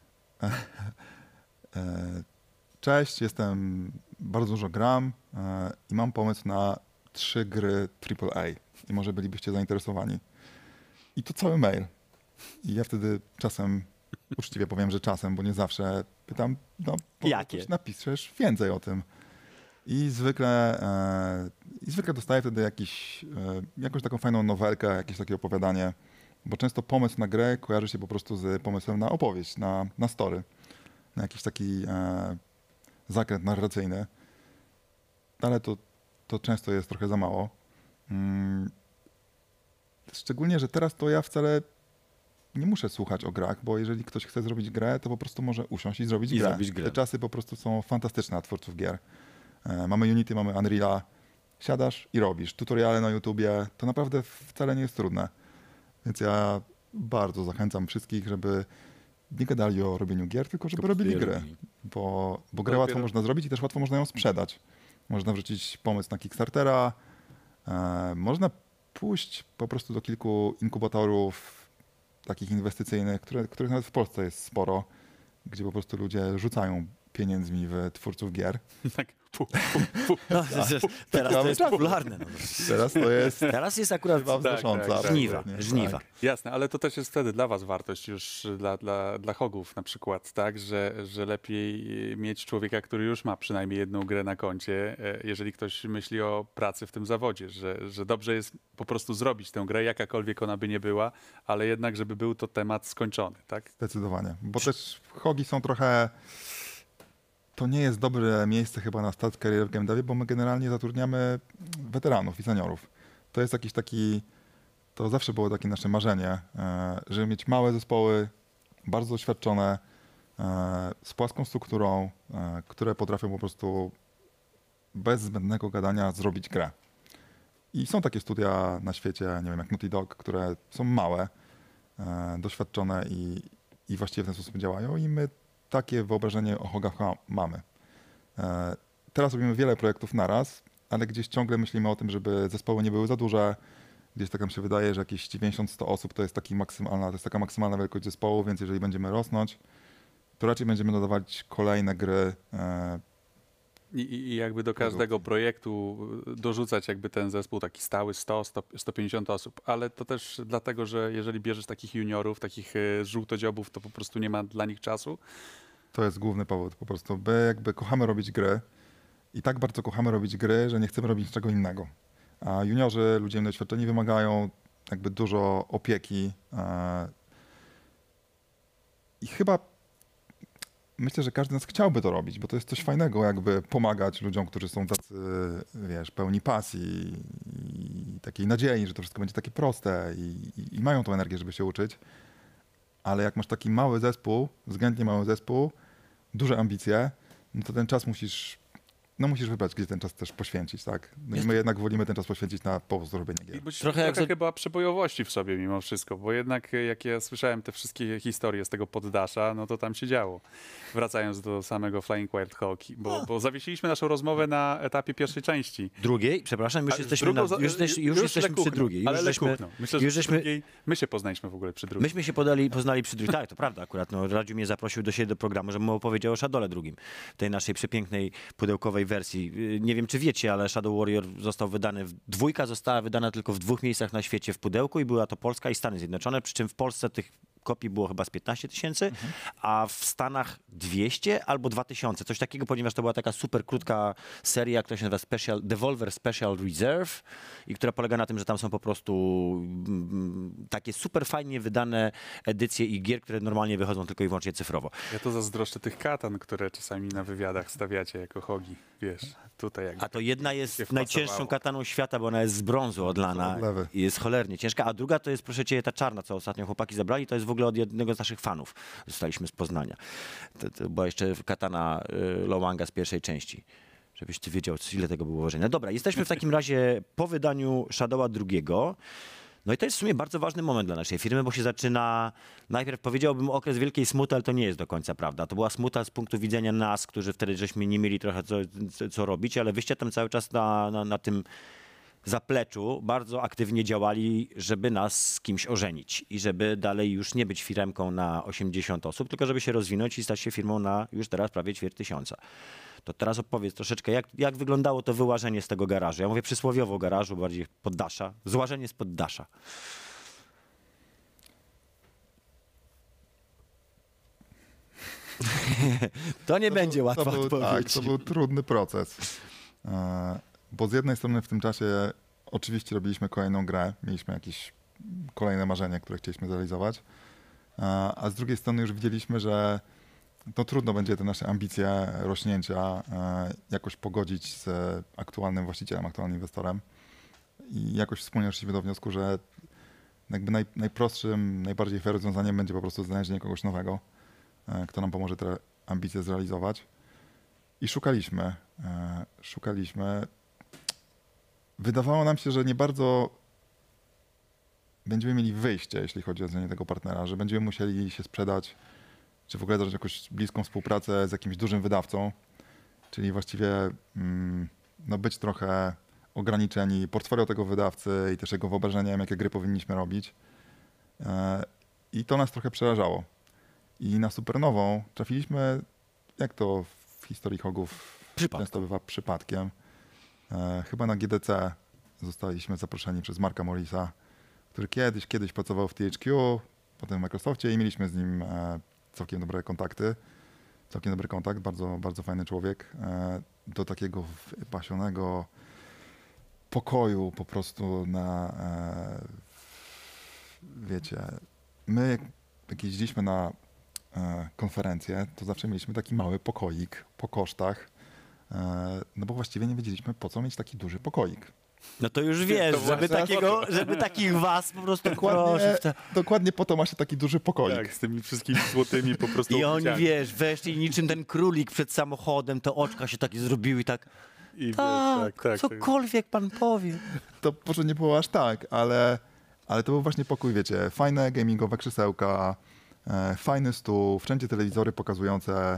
cześć, bardzo dużo gram i mam pomysł na 3 gry AAA i może bylibyście zainteresowani. I to cały mail. I ja wtedy czasem, uczciwie powiem, że czasem, bo nie zawsze, pytam, no, Jakie? napiszesz więcej o tym. I zwykle dostaję wtedy jakąś taką fajną nowelkę, jakieś takie opowiadanie, bo często pomysł na grę kojarzy się po prostu z pomysłem na opowieść, na story, na jakiś taki zakręt narracyjny. Ale to często jest trochę za mało. Szczególnie, że teraz to ja wcale nie muszę słuchać o grach, bo jeżeli ktoś chce zrobić grę, to po prostu może usiąść i zrobić grę. Te czasy po prostu są fantastyczne dla twórców gier. Mamy Unity, mamy Unreala. Siadasz i robisz. Tutoriale na YouTubie, to naprawdę wcale nie jest trudne. Więc ja bardzo zachęcam wszystkich, żeby nie gadali o robieniu gier, tylko żeby robili gry. Bo grę łatwo można zrobić i też łatwo można ją sprzedać. Można wrzucić pomysł na Kickstartera, można pójść po prostu do kilku inkubatorów takich inwestycyjnych, których nawet w Polsce jest sporo, gdzie po prostu ludzie rzucają pieniędzmi w twórców gier. Tak. No, teraz to jest popularne. No. Teraz jest akurat wznosząca. żniwa. Jasne, ale to też jest wtedy dla was wartość już dla hogów na przykład, tak, że lepiej mieć człowieka, który już ma przynajmniej jedną grę na koncie, jeżeli ktoś myśli o pracy w tym zawodzie, że dobrze jest po prostu zrobić tę grę, jakakolwiek ona by nie była, ale jednak, żeby był to temat skończony, tak? Zdecydowanie, bo też hogi są trochę... To nie jest dobre miejsce chyba na start kariery w game devie, bo my generalnie zatrudniamy weteranów i seniorów. To jest jakiś taki, to zawsze było takie nasze marzenie, żeby mieć małe zespoły, bardzo doświadczone, z płaską strukturą, które potrafią po prostu bez zbędnego gadania zrobić grę. I są takie studia na świecie, nie wiem, jak Naughty Dog, które są małe, doświadczone i właściwie w ten sposób działają i my takie wyobrażenie o hogach mamy. Teraz robimy wiele projektów naraz, ale gdzieś ciągle myślimy o tym, żeby zespoły nie były za duże. Gdzieś tak nam się wydaje, że jakieś 90-100 osób to jest taka maksymalna wielkość zespołu, więc jeżeli będziemy rosnąć, to raczej będziemy dodawać kolejne gry. I jakby do każdego projektu dorzucać jakby ten zespół taki stały 100-150 osób, ale to też dlatego, że jeżeli bierzesz takich juniorów, takich żółtodziobów, to po prostu nie ma dla nich czasu. To jest główny powód po prostu. My jakby kochamy robić gry i tak bardzo kochamy robić gry, że nie chcemy robić niczego innego. A juniorzy, ludzie doświadczeni wymagają jakby dużo opieki i chyba myślę, że każdy z nas chciałby to robić, bo to jest coś fajnego, jakby pomagać ludziom, którzy są tacy, wiesz, pełni pasji i takiej nadziei, że to wszystko będzie takie proste i mają tą energię, żeby się uczyć. Ale jak masz taki mały zespół, względnie mały zespół, duże ambicje, no to ten czas musisz wybrać, gdzie ten czas też poświęcić, tak? No i my jednak wolimy ten czas poświęcić na po prostu robienie gier. Trochę chyba przebojowości w sobie mimo wszystko, bo jednak jak ja słyszałem te wszystkie historie z tego poddasza, no to tam się działo. Wracając do samego Flying Wild Hog, bo zawiesiliśmy naszą rozmowę na etapie pierwszej części. Drugiej? Przepraszam, już jesteśmy przy drugiej. Ale myślę, że my się poznaliśmy w ogóle przy drugiej. Myśmy się poznali przy drugiej. Tak, to prawda akurat. No, Radziu mnie zaprosił do siebie do programu, żebym mu opowiedział o Szadole drugim. Tej naszej przepięknej pudełkowej nowej wersji. Nie wiem, czy wiecie, ale Shadow Warrior został wydany, dwójka została wydana tylko w 2 miejscach na świecie w pudełku i była to Polska i Stany Zjednoczone, przy czym w Polsce tych kopii było chyba z 15 000, a w Stanach 200 albo 2000, coś takiego, ponieważ to była taka super krótka seria, która się nazywa Devolver Special Reserve i która polega na tym, że tam są po prostu takie super fajnie wydane edycje i gier, które normalnie wychodzą tylko i wyłącznie cyfrowo. Ja to zazdroszczę tych katan, które czasami na wywiadach stawiacie jako hogi, wiesz, tutaj jakby. A to jedna jest się najcięższą wpasowało. kataną świata, bo ona jest z brązu odlana Lewy. i jest cholernie ciężka, a druga to jest, proszę cię, ta czarna, co ostatnio chłopaki zabrali, to jest w ogóle od jednego z naszych fanów. Zostaliśmy z Poznania. To była jeszcze katana Lowanga z pierwszej części. Żebyś ty wiedział, ile tego było ułożenia. Dobra, jesteśmy w takim razie po wydaniu Shadowa II. No i to jest w sumie bardzo ważny moment dla naszej firmy, bo się zaczyna, najpierw powiedziałbym okres wielkiej smuty, ale to nie jest do końca prawda. To była smuta z punktu widzenia nas, którzy wtedy żeśmy nie mieli trochę co robić, ale wyście tam cały czas na tym zapleczu bardzo aktywnie działali, żeby nas z kimś ożenić i żeby dalej już nie być firmką na 80 osób, tylko żeby się rozwinąć i stać się firmą na już teraz prawie 250. To teraz opowiedz troszeczkę, jak wyglądało to wyłażenie z tego garażu. Ja mówię przysłowiowo garażu, bardziej poddasza. Złażenie z poddasza. To nie będzie łatwa odpowiedź. Tak, to był trudny proces. Bo z jednej strony w tym czasie oczywiście robiliśmy kolejną grę, mieliśmy jakieś kolejne marzenia, które chcieliśmy zrealizować, a z drugiej strony już widzieliśmy, że to trudno będzie te nasze ambicje rośnięcia jakoś pogodzić z aktualnym właścicielem, aktualnym inwestorem i jakoś wspólnie doszliśmy do wniosku, że jakby najprostszym, najbardziej fair rozwiązaniem będzie po prostu znalezienie kogoś nowego, kto nam pomoże te ambicje zrealizować. I szukaliśmy. Wydawało nam się, że nie bardzo będziemy mieli wyjście, jeśli chodzi o znalezienie tego partnera, że będziemy musieli się sprzedać, czy w ogóle zacząć jakąś bliską współpracę z jakimś dużym wydawcą, czyli właściwie no być trochę ograniczeni portfolio tego wydawcy i też jego wyobrażeniem, jakie gry powinniśmy robić. I to nas trochę przerażało. I na Supernową trafiliśmy, jak to w historii hogów często bywa, przypadkiem. Chyba na GDC zostaliśmy zaproszeni przez Marka Morrisa, który kiedyś pracował w THQ, potem w Microsoftie i mieliśmy z nim całkiem dobre kontakty. Całkiem dobry kontakt, bardzo, bardzo fajny człowiek. Do takiego wypasionego pokoju po prostu wiecie, my jak jeździliśmy na konferencję, to zawsze mieliśmy taki mały pokoik po kosztach, no bo właściwie nie wiedzieliśmy, po co mieć taki duży pokoik. No to już wiesz, żeby takich was po prostu Dokładnie po to ma się taki duży pokoik. Tak, z tymi wszystkimi złotymi po prostu I oni, obuciami. wiesz, weszli niczym ten królik przed samochodem, te oczka się takie zrobiły i tak, I wiesz, tak, cokolwiek pan powie. To może nie było aż tak, ale to był właśnie pokój, wiecie, fajne gamingowe krzesełka, fajny stół, wszędzie telewizory pokazujące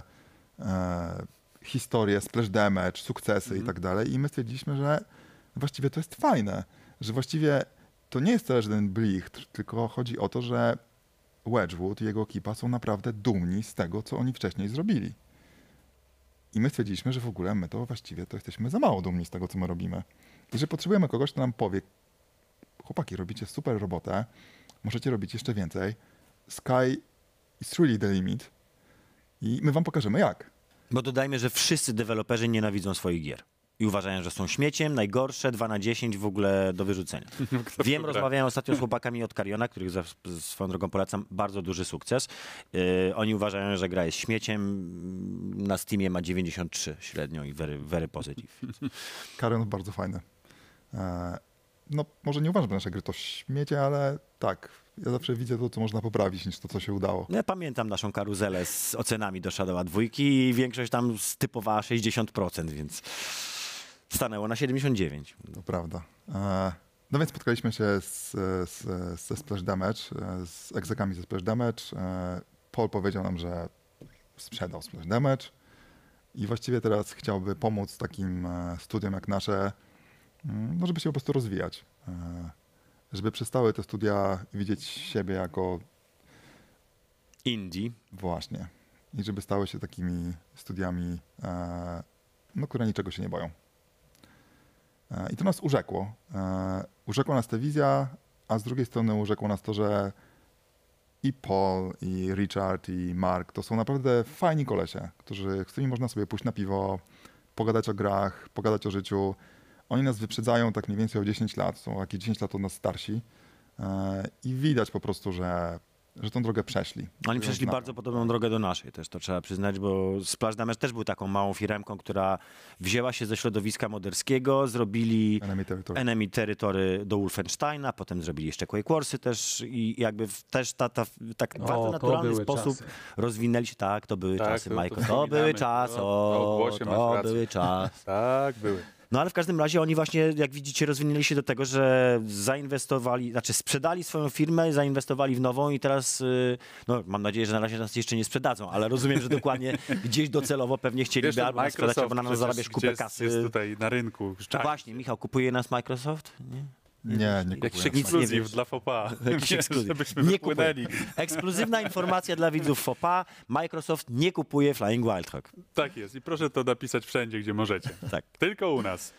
historię, splash damage, sukcesy i tak dalej. I my stwierdziliśmy, że właściwie to jest fajne, że właściwie to nie jest wcale żaden blichtr, tylko chodzi o to, że Wedgwood i jego ekipa są naprawdę dumni z tego, co oni wcześniej zrobili. I my stwierdziliśmy, że w ogóle my to właściwie to jesteśmy za mało dumni z tego, co my robimy. I że potrzebujemy kogoś, kto nam powie: chłopaki, robicie super robotę, możecie robić jeszcze więcej. Sky is really the limit. I my wam pokażemy jak. Bo dodajmy, że wszyscy deweloperzy nienawidzą swoich gier. I uważają, że są śmieciem, najgorsze, 2 na 10 w ogóle do wyrzucenia. Wiem, rozmawiałem ostatnio z chłopakami od Cariona, których swoją drogą polecam, bardzo duży sukces. Oni uważają, że gra jest śmieciem, na Steamie ma 93 średnio i very positive. Carion bardzo fajny. No może nie uważam, że nasze gry to śmiecie, ale tak, ja zawsze widzę to, co można poprawić, niż to, co się udało. No ja pamiętam naszą karuzelę z ocenami do Shadowa 2 i większość tam stypowała 60%, więc stanęło na 79. To prawda. No więc spotkaliśmy się ze Splash Damage, z egzekami ze Splash Damage. Paul powiedział nam, że sprzedał Splash Damage i właściwie teraz chciałby pomóc takim studiom jak nasze, no żeby się po prostu rozwijać. Żeby przestały te studia widzieć siebie jako Indie. właśnie. I żeby stały się takimi studiami no, które niczego się nie boją. I to nas urzekło. Urzekła nas ta wizja, a z drugiej strony urzekło nas to, że i Paul, i Richard, i Mark to są naprawdę fajni kolesie, z którymi można sobie pójść na piwo, pogadać o grach, pogadać o życiu. Oni nas wyprzedzają tak mniej więcej o 10 lat, są jakieś 10 lat od nas starsi i widać po prostu, że tą drogę przeszli. Oni przeszli Znają. bardzo podobną drogę do naszej też, to trzeba przyznać, bo Splash Damage też był taką małą firmką, która wzięła się ze środowiska moderskiego, zrobili Enemy Territory. Enemy Territory do Wolfensteina, potem zrobili jeszcze Quake Warsy też i jakby też tak w bardzo naturalny były sposób czasy. rozwinęli się. Tak, to były Tak, czasy, to Majko, to wspominamy. były czasy, O głosie masz to rację. były czasy. Tak, były. No ale w każdym razie oni właśnie, jak widzicie, rozwinęli się do tego, że zainwestowali, znaczy sprzedali swoją firmę, zainwestowali w nową i teraz, no mam nadzieję, że na razie nas jeszcze nie sprzedadzą, ale rozumiem, że dokładnie gdzieś docelowo pewnie chcieliby ten albo nas sprzedać, albo na nas przecież, zarabiać kupę gdzie kasy. jest tutaj na rynku. No właśnie, Michał, kupuje nas Microsoft? Nie? Nie Jakiś kupuję. nie ekskluzyw wiesz. dla FOPA. Jakiś ekskluzyw. Żebyśmy Nie wypłynęli. Ekskluzywna informacja dla widzów FOPA. Microsoft nie kupuje Flying Wild Hog. Tak jest. I proszę to napisać wszędzie, gdzie możecie. Tak. Tylko u nas.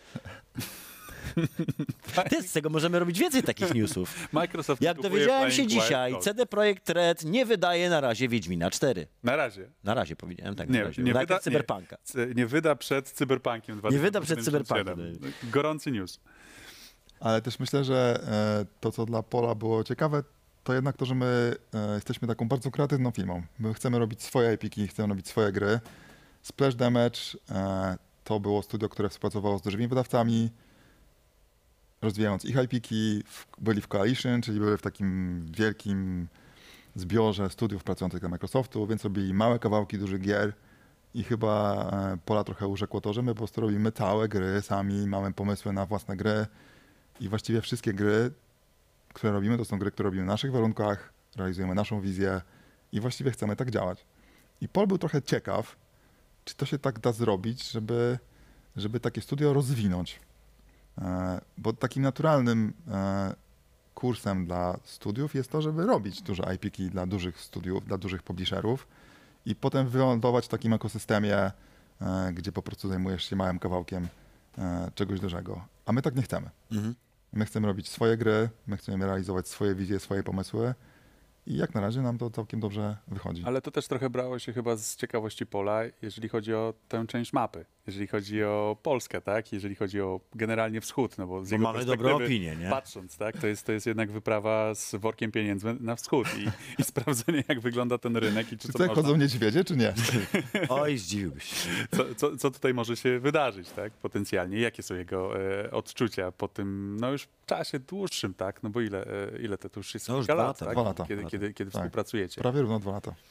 Z tego możemy robić więcej takich newsów. Microsoft Jak kupuje dowiedziałem się Flying Wild dzisiaj, Hog. CD Projekt Red nie wydaje na razie Wiedźmina 4. Na razie. Na razie powiedziałem, tak, Nie, na razie. nie Najpierw wyda- Cyberpunka. Nie wyda przed Cyberpunkiem Nie wyda przed 2077. Gorący news. Ale też myślę, że to, co dla Pola było ciekawe, to jednak to, że my jesteśmy taką bardzo kreatywną firmą. My chcemy robić swoje IP-ki, chcemy robić swoje gry. Splash Damage to było studio, które współpracowało z dużymi wydawcami, rozwijając ich IP-ki, byli w Coalition, czyli byli w takim wielkim zbiorze studiów pracujących dla Microsoftu, więc robili małe kawałki dużych gier i chyba Pola trochę urzekło to, że my po prostu robimy całe gry sami, mamy pomysły na własne gry i właściwie wszystkie gry, które robimy, to są gry, które robimy w naszych warunkach, realizujemy naszą wizję i właściwie chcemy tak działać. I Paul był trochę ciekaw, czy to się tak da zrobić, żeby takie studio rozwinąć. Bo takim naturalnym kursem dla studiów jest to, żeby robić duże IP-ki dla dużych studiów, dla dużych publisherów i potem wylądować w takim ekosystemie, gdzie po prostu zajmujesz się małym kawałkiem czegoś dużego. A my tak nie chcemy. Mhm. My chcemy robić swoje gry, my chcemy realizować swoje wizje, swoje pomysły i jak na razie nam to całkiem dobrze wychodzi. Ale to też trochę brało się chyba z ciekawości Pola, jeżeli chodzi o tę część mapy. Jeżeli chodzi o Polskę, tak? Jeżeli chodzi o generalnie wschód, no bo z Bo jego mamy dobre perspektywy opinie, nie? patrząc, tak? To jest jednak wyprawa z workiem pieniędzy na wschód i sprawdzenie, jak wygląda ten rynek i Czy czy co tutaj można, chodzą niedźwiedzie, czy nie? Oj, zdziwiłbyś się. co tutaj może się wydarzyć, tak? Potencjalnie. Jakie są jego odczucia po tym, no już czasie dłuższym, tak? No bo ile to już jest? No już kilka 2 lat, lata. tak? 2 lata. Kiedy Tak. współpracujecie. Prawie równo 2 lata.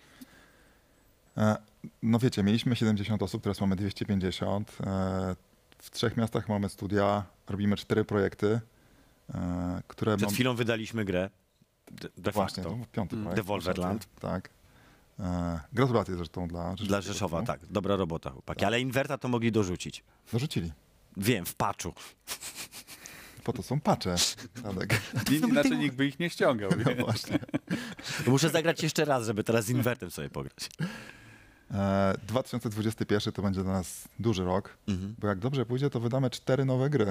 No wiecie, mieliśmy 70 osób, teraz mamy 250. W 3 miastach mamy studia, robimy 4 projekty, które Przed chwilą wydaliśmy grę. De Właśnie, facto. to 5. projekt. Devolverland. Tak. Gratulacje zresztą Dla Rzeszowa, tak. Dobra robota, chłopaki. Ale Inverta to mogli dorzucić. Dorzucili. Wiem, w patchu. Po to są patche. Tadek. Inaczej nikt by ich nie ściągał. No właśnie. Muszę zagrać jeszcze raz, żeby teraz z Invertem sobie pograć. 2021 to będzie dla nas duży rok, Mhm. bo jak dobrze pójdzie, to wydamy 4 nowe gry.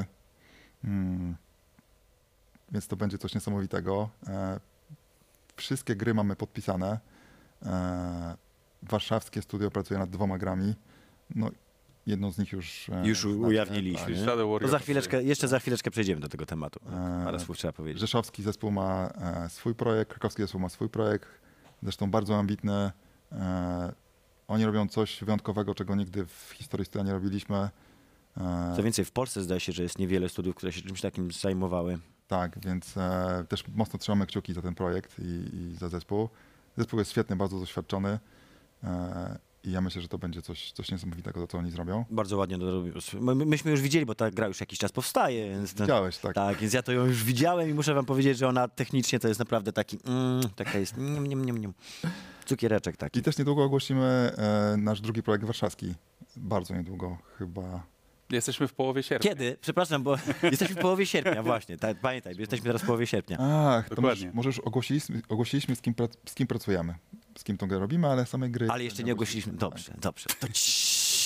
Więc to będzie coś niesamowitego. Wszystkie gry mamy podpisane. Warszawskie studio pracuje nad 2 grami. No, jedną z nich już... Już znacie, ujawniliśmy. tak. Shadow Warrior. To za chwileczkę, jeszcze za chwileczkę przejdziemy do tego tematu. Parę słów trzeba powiedzieć. Rzeszowski zespół ma swój projekt, krakowski zespół ma swój projekt, zresztą bardzo ambitny. Oni robią coś wyjątkowego, czego nigdy w historii studia nie robiliśmy. Co więcej, w Polsce zdaje się, że jest niewiele studiów, które się czymś takim zajmowały. Tak, więc też mocno trzymamy kciuki za ten projekt i za zespół. Zespół jest świetny, bardzo doświadczony i ja myślę, że to będzie coś niesamowitego, to co oni zrobią. Bardzo ładnie to robią. Myśmy już widzieli, bo ta gra już jakiś czas powstaje. Więc Widziałeś, tak. Tak, więc ja to ją już widziałem i muszę wam powiedzieć, że ona technicznie to jest naprawdę taki, taka jest, cukiereczek taki. I też niedługo ogłosimy nasz drugi projekt warszawski. Bardzo niedługo, chyba. Jesteśmy w połowie sierpnia. Kiedy? Przepraszam, bo jesteśmy w połowie sierpnia, właśnie. Pamiętaj, jesteśmy teraz w połowie sierpnia. Ach, to Dokładnie. może już ogłosiliśmy z kim pracujemy, z kim tą grę robimy, ale samej gry... Ale jeszcze nie ogłosiliśmy. Dobrze, dobrze. To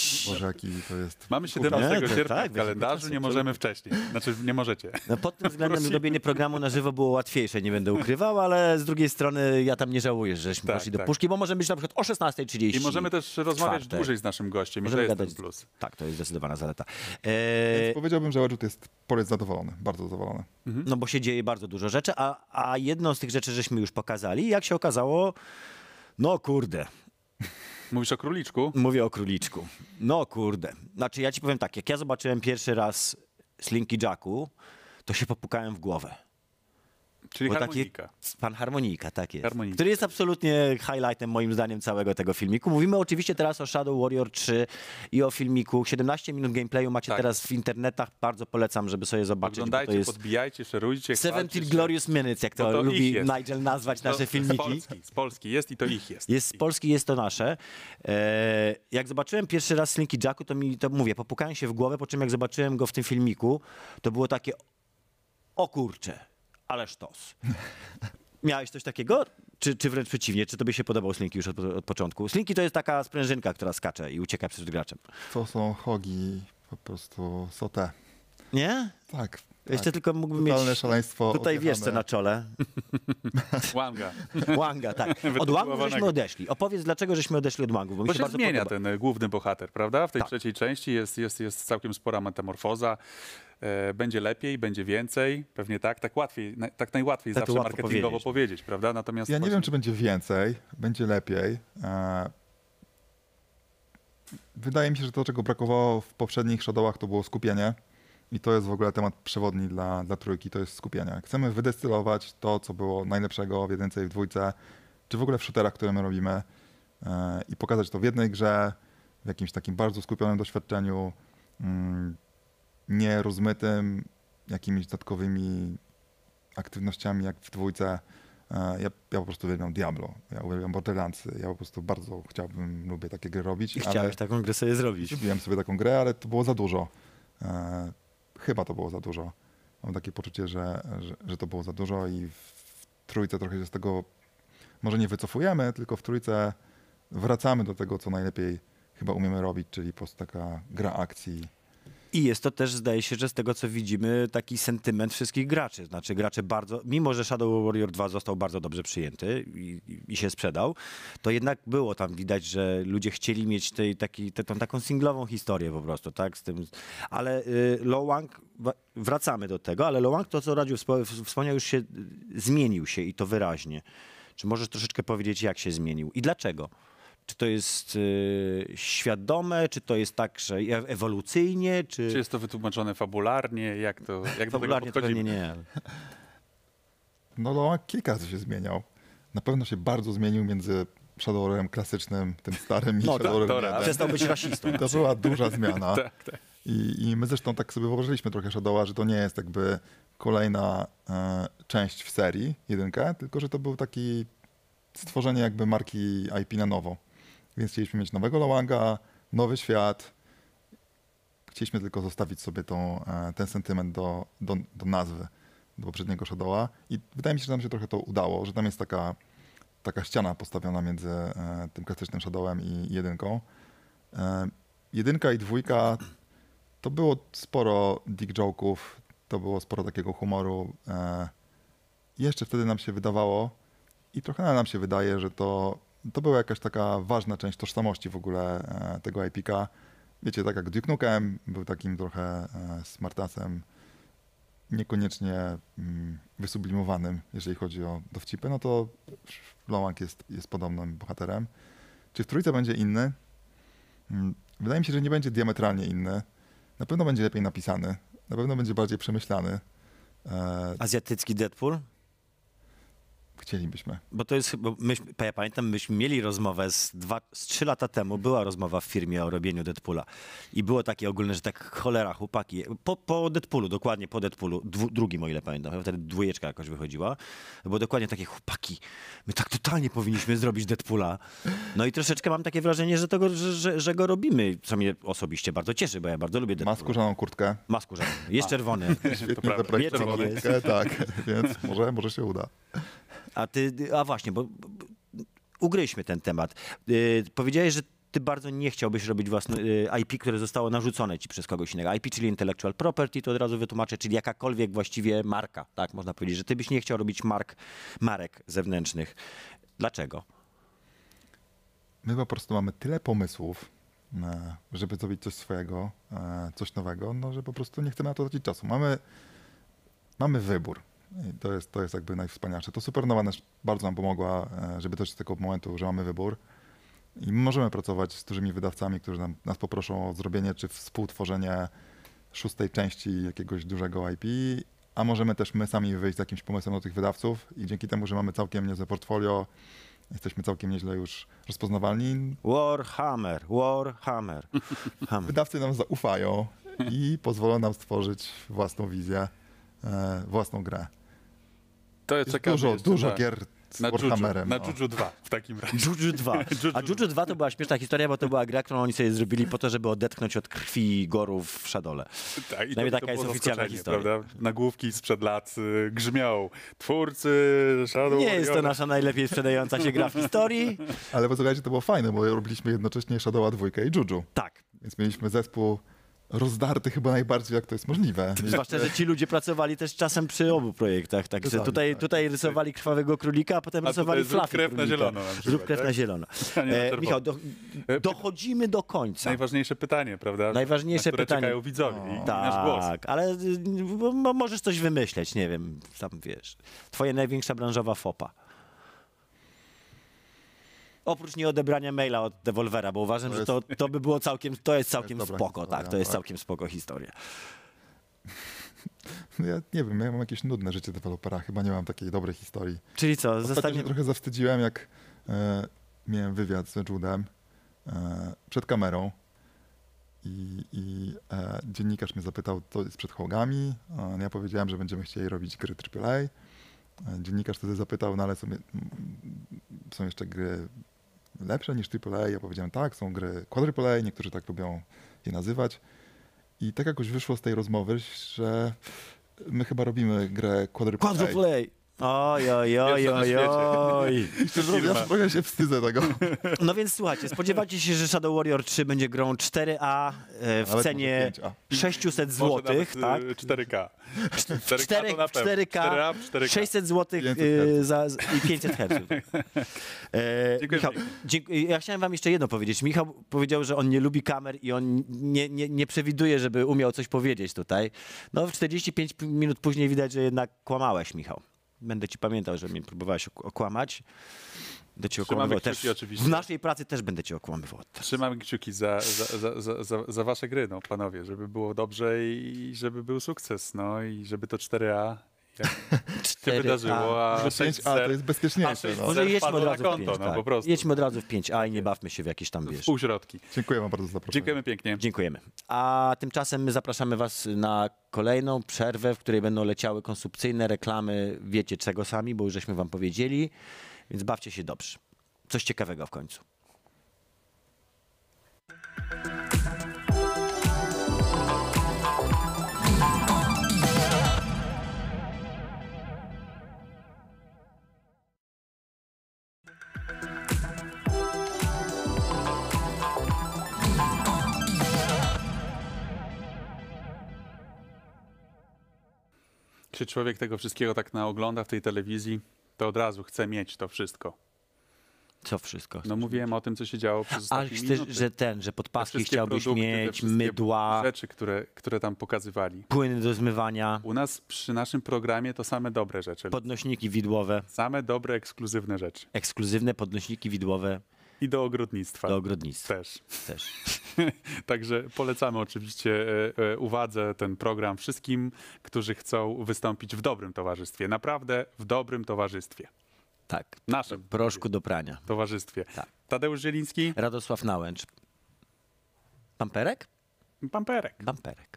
Boże, jaki to jest... Mamy 17 Nie, to sierpnia tak, w kalendarzu, 15, nie możemy wcześniej. Znaczy, nie możecie. No, pod tym względem zrobienie programu na żywo było łatwiejsze, nie będę ukrywał, ale z drugiej strony ja tam nie żałuję, żeśmy Tak, poszli do tak. puszki, bo możemy być na przykład o 16:30. I możemy też rozmawiać czwartek. dłużej z naszym gościem. I to Możemy jest gadać. ten plus. Tak, to jest zdecydowana zaleta. Więc powiedziałbym, że Wedgwood jest zadowolony, bardzo zadowolony. No bo się dzieje bardzo dużo rzeczy, a jedną z tych rzeczy żeśmy już pokazali. Jak się okazało, no kurde, Mówisz o króliczku? mówię o króliczku. No kurde. Znaczy ja ci powiem tak, jak ja zobaczyłem pierwszy raz Slinky Jacku, to się popukałem w głowę. Czyli Bo harmonika. Pan Harmonika, tak jest. Harmonika. Który jest absolutnie highlightem moim zdaniem całego tego filmiku. Mówimy oczywiście teraz o Shadow Warrior 3 i o filmiku. 17 minut gameplayu macie Tak. teraz w internetach. Bardzo polecam, żeby sobie zobaczyć, bo to Oglądajcie, jest podbijajcie, szerujcie. 17 Glorious Minutes, jak Bo to to ich lubi jest. Nigel nazwać nasze Z filmiki. Polski jest i to ich jest. Jest z Polski, jest to nasze. Jak zobaczyłem pierwszy raz Slinky Jacku, to mówię, popukałem się w głowę, po czym jak zobaczyłem go w tym filmiku, to było takie, o kurcze, ale sztos. Miałeś coś takiego? Czy wręcz przeciwnie? Czy tobie się podobał Slinky już od początku? Slinky to jest taka sprężynka, która skacze i ucieka przed graczem. To są hogi, po prostu sote. Nie? Tak. Jeszcze tak. tylko mógłbym mieć Totalne szaleństwo. tutaj wieszce odjechane. na czole. Łanga. Łanga, tak. Od Łangów Wytytułowanego. żeśmy odeszli. Opowiedz, dlaczego żeśmy odeszli od Łangów, bo mi Bo się się bardzo zmienia podoba. ten główny bohater, prawda? W tej Tak. trzeciej części jest całkiem spora metamorfoza. Będzie lepiej, będzie więcej, pewnie tak. Tak najłatwiej Tak to zawsze łatwo marketingowo powiedzieć. powiedzieć, prawda? Natomiast Ja nie właśnie- wiem, czy będzie więcej, będzie lepiej. Wydaje mi się, że to, czego brakowało w poprzednich Shadowach, to było skupienie. I to jest w ogóle temat przewodni dla trójki, to jest skupienie. Chcemy wydestylować to, co było najlepszego w jedynce i w dwójce, czy w ogóle w shooterach, które my robimy i pokazać to w jednej grze, w jakimś takim bardzo skupionym doświadczeniu, nie rozmytym jakimiś dodatkowymi aktywnościami jak w dwójce. Ja po prostu uwielbiam Diablo, ja uwielbiam Borderlandsy, ja po prostu bardzo lubię takie gry robić. I chciałeś taką grę sobie zrobić. Zrobiłem sobie taką grę, ale to było za dużo. Chyba to było za dużo. Mam takie poczucie, że to było za dużo i w trójce trochę się z tego może nie wycofujemy, tylko w trójce wracamy do tego, co najlepiej chyba umiemy robić, czyli po prostu taka gra akcji. I jest to też, zdaje się, że z tego, co widzimy, taki sentyment wszystkich graczy. Znaczy gracze bardzo, mimo że Shadow Warrior 2 został bardzo dobrze przyjęty i się sprzedał, to jednak było tam widać, że ludzie chcieli mieć tą taką singlową historię po prostu, tak? Z tym. Ale Lo Wang, wracamy do tego, ale Lo Wang, to co Radziu wspomniał, już się zmienił się i to wyraźnie. Czy możesz troszeczkę powiedzieć, jak się zmienił i dlaczego? Czy to jest świadome, czy to jest tak, że ewolucyjnie, Czy jest to wytłumaczone fabularnie? Jak do tego fabularnie to podchodzimy? pewnie nie. No Loak kilka razy się zmieniał. Na pewno się bardzo zmienił między Shadow Warriorem klasycznym, tym starym i No Shadow tak, Warriorem to raz. 1. Przestał być rasistą. To była duża zmiana. Tak, tak. I my zresztą tak sobie wyobrażyliśmy trochę Shadowa, że to nie jest jakby kolejna część w serii, jedynka, tylko że to był taki stworzenie jakby marki IP na nowo. Więc chcieliśmy mieć nowego Lowanga, nowy świat. Chcieliśmy tylko zostawić sobie ten sentyment do nazwy, do poprzedniego Shadowa. I wydaje mi się, że nam się trochę to udało, że tam jest taka ściana postawiona między tym klasycznym Shadowem i jedynką. Jedynka i dwójka to było sporo dick joke'ów, to było sporo takiego humoru. Jeszcze wtedy nam się wydawało i trochę nam się wydaje, że to była jakaś taka ważna część tożsamości w ogóle tego IP-ka. Wiecie, tak jak Duke Nukem był takim trochę smartasem, niekoniecznie wysublimowanym, jeżeli chodzi o dowcipy, no to Lo Wang jest podobnym bohaterem. Czy w trójce będzie inny? Wydaje mi się, że nie będzie diametralnie inny. Na pewno będzie lepiej napisany, na pewno będzie bardziej przemyślany. Azjatycki Deadpool? Chcielibyśmy. Bo to jest, ja pamiętam, myśmy mieli rozmowę z 3 lata temu, była rozmowa w firmie o robieniu Deadpoola. I było takie ogólne, że tak cholera, chłopaki, po Deadpoolu, dokładnie po Deadpoolu, drugim o ile pamiętam, wtedy dwójeczka jakoś wychodziła, było dokładnie takie, chłopaki, my tak totalnie powinniśmy zrobić Deadpoola. No i troszeczkę mam takie wrażenie, że go robimy, co mnie osobiście bardzo cieszy, bo ja bardzo lubię Ma Deadpoola. skórzaną kurtkę. Ma skórzaną. Jest czerwony. Świetnie prawda. zaprojektowaną Wieczek kurtkę, tak, więc może się uda. A właśnie, bo ugryźmy ten temat. Powiedziałeś, że ty bardzo nie chciałbyś robić własne IP, które zostało narzucone ci przez kogoś innego. IP, czyli intellectual property, to od razu wytłumaczę, czyli jakakolwiek właściwie marka, tak można powiedzieć, że ty byś nie chciał robić marek zewnętrznych. Dlaczego? My po prostu mamy tyle pomysłów, żeby zrobić coś swojego, coś nowego, no że po prostu nie chcemy na to tracić czasu. Mamy wybór. I to jest jakby najwspanialsze. To Supernowa też bardzo nam pomogła, żeby też z tego momentu, że mamy wybór. I możemy pracować z dużymi wydawcami, którzy nas poproszą o zrobienie czy współtworzenie 6. części jakiegoś dużego IP, a możemy też my sami wyjść z jakimś pomysłem do tych wydawców i dzięki temu, że mamy całkiem niezłe portfolio, jesteśmy całkiem nieźle już rozpoznawalni. Warhammer. Wydawcy nam zaufają i pozwolą nam stworzyć własną wizję, własną grę. To jest ciekawe Dużo tak. gier z Na Warhammerem. Na Juju 2 w takim razie. Juju 2. A Juju 2 to była śmieszna historia, bo to była gra, którą oni sobie zrobili po to, żeby odetchnąć od krwi gorów w Shadow'le. Tak, i Przynajmniej to taka jest było oficjalna zaskoczenie, historia. Prawda? Nagłówki sprzed lat grzmią. Twórcy Shadow Nie jest to Warrior. nasza najlepiej sprzedająca się gra w historii. Ale posłuchajcie, to było fajne, bo robiliśmy jednocześnie Shadow'a 2 i Juju. Tak. Więc mieliśmy zespół rozdarty chyba najbardziej, jak to jest możliwe. Zwłaszcza, że ci ludzie pracowali też czasem przy obu projektach. Także Czasami, tutaj rysowali Krwawego Królika, a potem A rysowali tutaj zrób Fluffy krew na Królika. zielono na przykład, Zrób krew tak? na zielono. A nie na czerwono. Michał, dochodzimy do końca. Najważniejsze pytanie, prawda? Najważniejsze na które pytanie. czekają widzowie i nasz głos. Tak, ale możesz coś wymyśleć, nie wiem, tam wiesz. Twoja największa branżowa fopa. Oprócz nieodebrania maila od Devolvera, bo uważam, że to by było całkiem, to jest całkiem dobra spoko, historia, tak, to jest tak. całkiem spoko historia. No ja nie wiem, ja mam jakieś nudne życie dewelopera, chyba nie mam takiej dobrej historii. Czyli co, Ostatnio zostanie... się trochę zawstydziłem, jak miałem wywiad z Judem przed kamerą i dziennikarz mnie zapytał, co jest przed hołgami. Ja powiedziałem, że będziemy chcieli robić gry AAA. Dziennikarz wtedy zapytał, no ale są jeszcze gry lepsze niż AAA. Ja powiedziałem, tak, są gry quadruple A, niektórzy tak lubią je nazywać. I tak jakoś wyszło z tej rozmowy, że my chyba robimy grę quadruple A. Quadruplay! Oj, oj, oj, Pierwsza na oj, świecie. oj. Szczerze mówiąc, trochę się wstydzę tego. No więc słuchajcie, spodziewacie się, że Shadow Warrior 3 będzie grą 4A w Nawet cenie może 5A. 600 Może zł, nawet, tak? 4K. 4K to na pewno. 4K, 4A, 4K. 600 zł 500 i 500 Hz. Dziękuję Michał, ja chciałem wam jeszcze jedno powiedzieć. Michał powiedział, że on nie lubi kamer i on nie przewiduje, żeby umiał coś powiedzieć tutaj. No w 45 minut później widać, że jednak kłamałeś, Michał. Będę ci pamiętał, że mnie próbowałeś okłamać. Będę cię Trzymamy okłamywał kciuki też. oczywiście. W naszej pracy też będę cię okłamywał. Trzymamy kciuki za wasze gry, no panowie, żeby było dobrze i żeby był sukces, no i żeby to 4A się wydarzyło, a 5A to jest bezpieczniejsze. No. Może jedźmy wpadło od na razu konto, w 5, no tak. po prostu. Jedźmy od razu w 5A i nie bawmy się w jakieś tam, wiesz. Półśrodki. Dziękuję wam bardzo za zaproszenie. Dziękujemy pięknie. Dziękujemy. A tymczasem my zapraszamy was na kolejną przerwę, w której będą leciały konsumpcyjne reklamy. Wiecie czego sami, bo już żeśmy wam powiedzieli. Więc bawcie się dobrze. Coś ciekawego w końcu. Czy człowiek tego wszystkiego tak naogląda w tej telewizji, to od razu chce mieć to wszystko. Co wszystko? No mówiłem o tym, co się działo przez A ostatnie chcesz, minuty. że Te podpaski wszystkie chciałbyś produkty, te mieć, wszystkie mydła, rzeczy, które tam pokazywali. płyny do zmywania, U nas przy naszym programie to same dobre rzeczy. podnośniki widłowe, Same dobre, ekskluzywne rzeczy. ekskluzywne podnośniki widłowe I do ogrodnictwa. do ogrodnictwa Też. też. Także polecamy oczywiście uwadze ten program wszystkim, którzy chcą wystąpić w dobrym towarzystwie. Naprawdę w dobrym towarzystwie. Tak. Naszym Proszku do prania. towarzystwie. Tak. Tadeusz Zieliński, Radosław Nałęcz. Pamperek? Pamperek. Pamperek.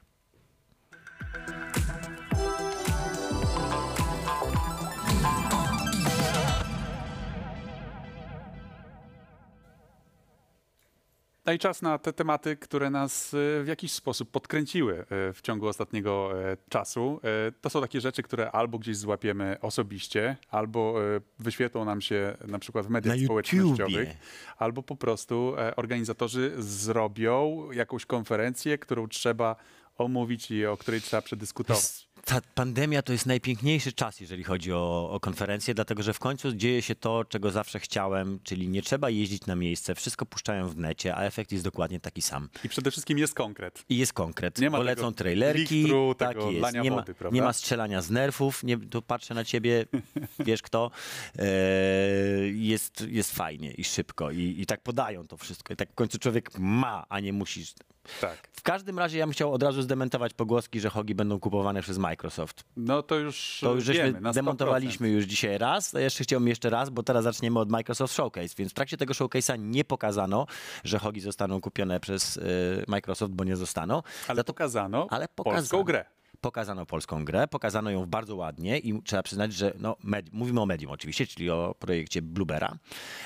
No i czas na te tematy, które nas w jakiś sposób podkręciły w ciągu ostatniego czasu. To są takie rzeczy, które albo gdzieś złapiemy osobiście, albo wyświetlą nam się na przykład w mediach Na społecznościowych, YouTubie. albo po prostu organizatorzy zrobią jakąś konferencję, którą trzeba omówić i o której trzeba przedyskutować. Ta pandemia to jest najpiękniejszy czas, jeżeli chodzi o konferencje, dlatego że w końcu dzieje się to, czego zawsze chciałem, czyli nie trzeba jeździć na miejsce, wszystko puszczają w necie, a efekt jest dokładnie taki sam. I przede wszystkim jest konkret. I jest konkret. Nie ma Polecą tego trailerki, blichtru, tak tego jest. lania Nie ma, wody, prawda? nie ma strzelania z nerfów, nie, tu patrzę na ciebie, wiesz kto. Jest fajnie i szybko i tak podają to wszystko. I tak w końcu człowiek ma, a nie musisz. Tak. W każdym razie ja bym chciał od razu zdementować pogłoski, że hogi będą kupowane przez Microsoft. No to już Żeśmy wiemy, na 100%. demontowaliśmy już dzisiaj raz, a jeszcze chciałbym jeszcze raz, bo teraz zaczniemy od Microsoft Showcase, więc w trakcie tego showcase'a nie pokazano, że hogi zostaną kupione przez Microsoft, bo nie zostaną. Ale pokazano polską grę. Pokazano polską grę, pokazano ją bardzo ładnie i trzeba przyznać, że no, mówimy o Medium oczywiście, czyli o projekcie Bluebera.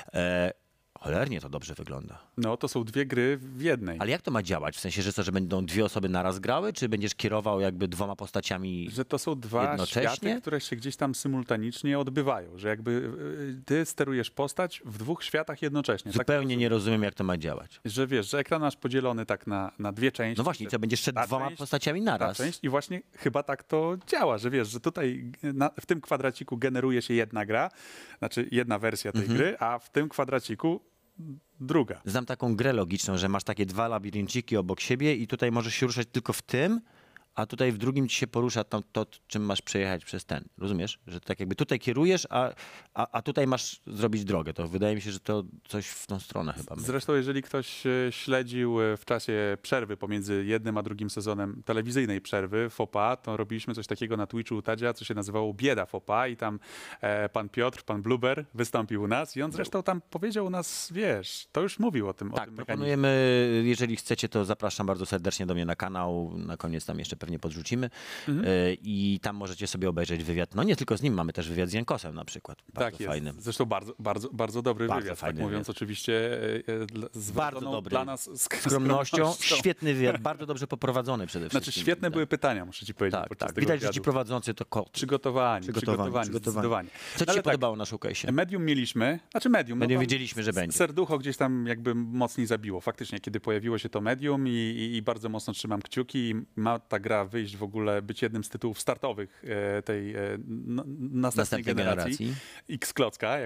Cholernie to dobrze wygląda. No to są dwie gry w jednej. Ale jak to ma działać? W sensie, że co, że będą dwie osoby naraz grały, czy będziesz kierował jakby dwoma postaciami Że to są dwa jednocześnie? światy, które się gdzieś tam symultanicznie odbywają. Że jakby ty sterujesz postać w dwóch światach jednocześnie. Zupełnie nie rozumiem, jak to ma działać. Że wiesz, że ekran masz podzielony tak na dwie części. No właśnie, co, będziesz szedł Ta dwoma część, postaciami ta naraz? część i właśnie chyba tak to działa, że wiesz, że tutaj w tym kwadraciku generuje się jedna gra, znaczy jedna wersja tej gry, a w tym kwadraciku druga. Znam taką grę logiczną, że masz takie dwa labirynciki obok siebie i tutaj możesz się ruszać tylko w tym, a tutaj w drugim ci się porusza to, czym masz przejechać przez ten. Rozumiesz? Że tak jakby tutaj kierujesz, a tutaj masz zrobić drogę. To wydaje mi się, że to coś w tą stronę chyba. Zresztą jeżeli ktoś śledził w czasie przerwy pomiędzy jednym a drugim sezonem telewizyjnej przerwy FOPA, to robiliśmy coś takiego na Twitchu u Tadzia, co się nazywało Bieda FOPA i tam pan Piotr, pan Bluber wystąpił u nas i on zresztą tam powiedział u nas, wiesz, to już mówił o tym. Tak, o tym mechanizmie. proponujemy, jeżeli chcecie, to zapraszam bardzo serdecznie do mnie na kanał. Na koniec tam jeszcze pewnie podrzucimy. I tam możecie sobie obejrzeć wywiad. No nie tylko z nim, mamy też wywiad z Jankosem na przykład. Bardzo Tak jest. fajny. Zresztą bardzo dobry Bardzo wywiad, fajny tak mówiąc wywiad. oczywiście z Bardzo wrodzoną dobry. dla nas Skromnością, świetny wywiad, bardzo dobrze poprowadzony przede wszystkim. Znaczy świetne były pytania, muszę ci powiedzieć. Tak, podczas tak. tego Widać, że wywiadu. ci prowadzący to kot. Przygotowani, zdecydowanie. Co ci Ale się podobało na showcase'ie? Medium mieliśmy, znaczy Medium. Medium tam wiedzieliśmy, że będzie. Serducho gdzieś tam jakby mocniej zabiło. Faktycznie, kiedy pojawiło się to Medium i bardzo mocno trzymam kciuki i ma ta gra wyjść w ogóle, być jednym z tytułów startowych tej następnej generacji. X-Klocka,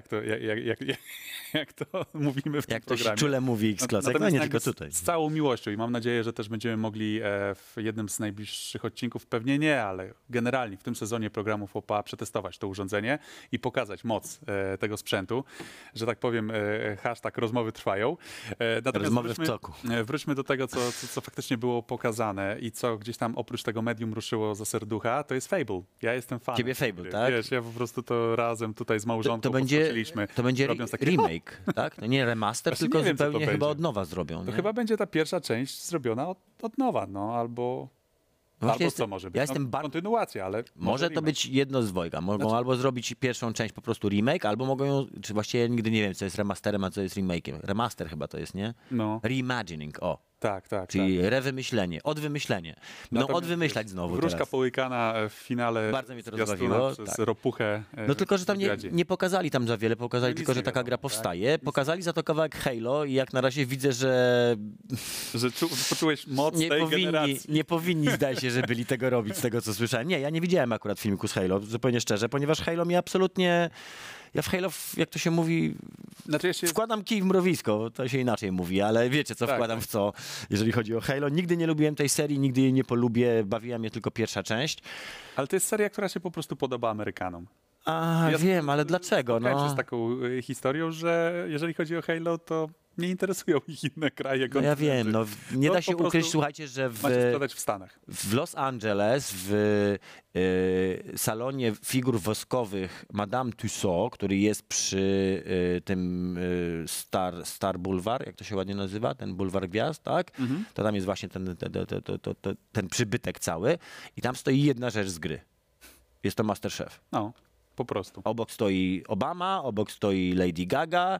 jak to mówimy w tym Jak to się programie. czule mówi X-Klocek, no Natomiast nie jakby tylko tutaj. Z całą miłością i mam nadzieję, że też będziemy mogli w jednym z najbliższych odcinków, pewnie nie, ale generalnie w tym sezonie programu FOPA przetestować to urządzenie i pokazać moc tego sprzętu, że tak powiem, hashtag rozmowy trwają. Natomiast Rozmowy w toku. Wróćmy do tego, co faktycznie było pokazane i co gdzieś tam oprócz tego medium ruszyło za serducha, to jest Fable. Ja jestem fanem. Ciebie tej Fable, gry. tak? Wiesz, ja po prostu to razem tutaj z małżonką podskoczyliśmy, to będzie robiąc takie, remake, tak? To nie remaster, Właśnie tylko nie wiem, co to zupełnie chyba będzie. od nowa zrobią. To nie? chyba będzie ta pierwsza część zrobiona od nowa, no albo... No właśnie Albo co może być? Ja jestem kontynuacja, ale Może to remake. być jedno z dwojga. Mogą Znaczy- albo zrobić pierwszą część po prostu remake, albo mogą ją, czy właściwie ja nigdy nie wiem, co jest remasterem, a co jest remake'iem. Remaster chyba to jest, nie? No, Reimagining, o. tak. Czyli rewymyślenie, odwymyślenie. No Natomiast odwymyślać znowu Wróżka teraz. połykana w finale Bardzo mnie to zwiastuna rozbawiło, przez tak. ropuchę. No tylko, że tam w nie, Gradzie. nie pokazali tam za wiele, pokazali No tylko, nic że nie taka wiadomo, gra tak? powstaje. Pokazali za to kawałek Halo i jak na razie widzę, że Że poczułeś moc tej generacji. nie powinni, zdaje się, że byli tego robić, z tego co słyszałem. Nie, ja nie widziałem akurat filmiku z Halo, zupełnie szczerze, ponieważ Halo mi absolutnie... Ja w Halo, jak to się mówi, Znaczy ja się... wkładam kij w mrowisko, to się inaczej mówi, ale wiecie, co Tak. wkładam w co, jeżeli chodzi o Halo. Nigdy nie lubiłem tej serii, nigdy jej nie polubię, bawiła mnie tylko pierwsza część. Ale to jest seria, która się po prostu podoba Amerykanom. A, Ja wiem, ale dlaczego? Spotkałem się No, z taką historią, że jeżeli chodzi o Halo, to nie interesują ich inne kraje. no ja wiem, no, nie To da się po prostu ukryć, słuchajcie, że Macie sprzedać w Stanach. w Los Angeles, w salonie figur woskowych Madame Tussauds, który jest przy tym Star Boulevard, jak to się ładnie nazywa, ten bulwar gwiazd, tak? To tam jest właśnie ten przybytek cały i tam stoi jedna rzecz z gry. Jest to MasterChef. No. Po prostu. Obok stoi Obama, obok stoi Lady Gaga,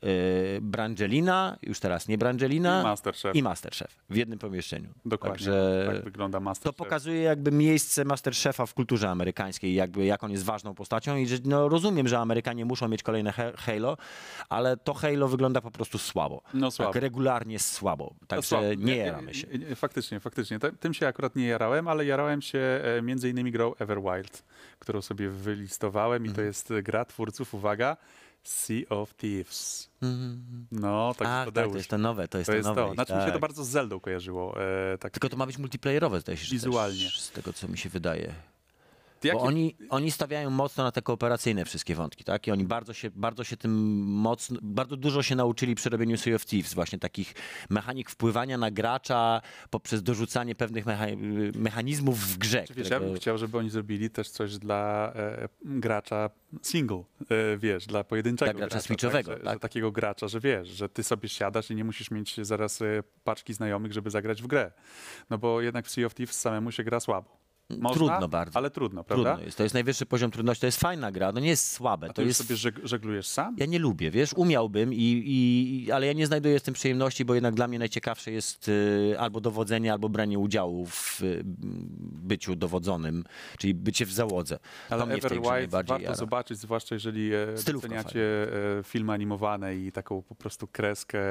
Brangelina, już teraz nie Brangelina. I Masterchef. I Masterchef w jednym pomieszczeniu. Dokładnie. Także Tak wygląda to Masterchef. pokazuje jakby miejsce Masterchefa w kulturze amerykańskiej, jakby jak on jest ważną postacią i że no, rozumiem, że Amerykanie muszą mieć kolejne Halo, ale to Halo wygląda po prostu słabo. No słabo. Tak regularnie słabo. Także Słabo. nie jaramy się. Faktycznie. Tym się akurat nie jarałem, ale jarałem się między innymi grą Everwild, którą sobie wylistowałem i to jest gra twórców, uwaga, Sea of Thieves. No, tak Ach, tak, to jest to nowe, to jest To to jest nowe. to. Znaczy mi się to bardzo z Zeldą kojarzyło. Tak Tylko to ma być multiplayerowe, zdaje się, że Wizualnie. Też, z tego, co mi się wydaje. Jakie- Bo oni stawiają mocno na te kooperacyjne wszystkie wątki, tak? I oni bardzo się tym mocno, bardzo dużo się nauczyli przy robieniu Sea of Thieves, właśnie takich mechanik wpływania na gracza poprzez dorzucanie pewnych mechanizmów w grze. Wiesz, ja bym chciał, żeby oni zrobili też coś dla gracza single, wiesz, dla pojedynczego Dla gracza gracza, switchowego, tak? tak. Że takiego gracza, że wiesz, że ty sobie siadasz i nie musisz mieć zaraz paczki znajomych, żeby zagrać w grę. No bo jednak w Sea of Thieves samemu się gra słabo. Można, Trudno bardzo. ale trudno, prawda? Trudno jest. To jest najwyższy poziom trudności. To jest fajna gra. To nie jest słabe. A To ty już jest... sobie żeglujesz sam? Ja nie lubię, wiesz, umiałbym, ale ja nie znajduję z tym przyjemności, bo jednak dla mnie najciekawsze jest albo dowodzenie, albo branie udziału w byciu dowodzonym, czyli bycie w załodze. Ale To mnie w tej grze Everwild najbardziej warto jara. zobaczyć, zwłaszcza jeżeli Stylówka doceniacie filmy animowane i taką po prostu kreskę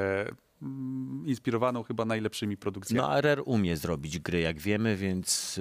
inspirowaną chyba najlepszymi produkcjami. No, RR umie zrobić gry, jak wiemy, więc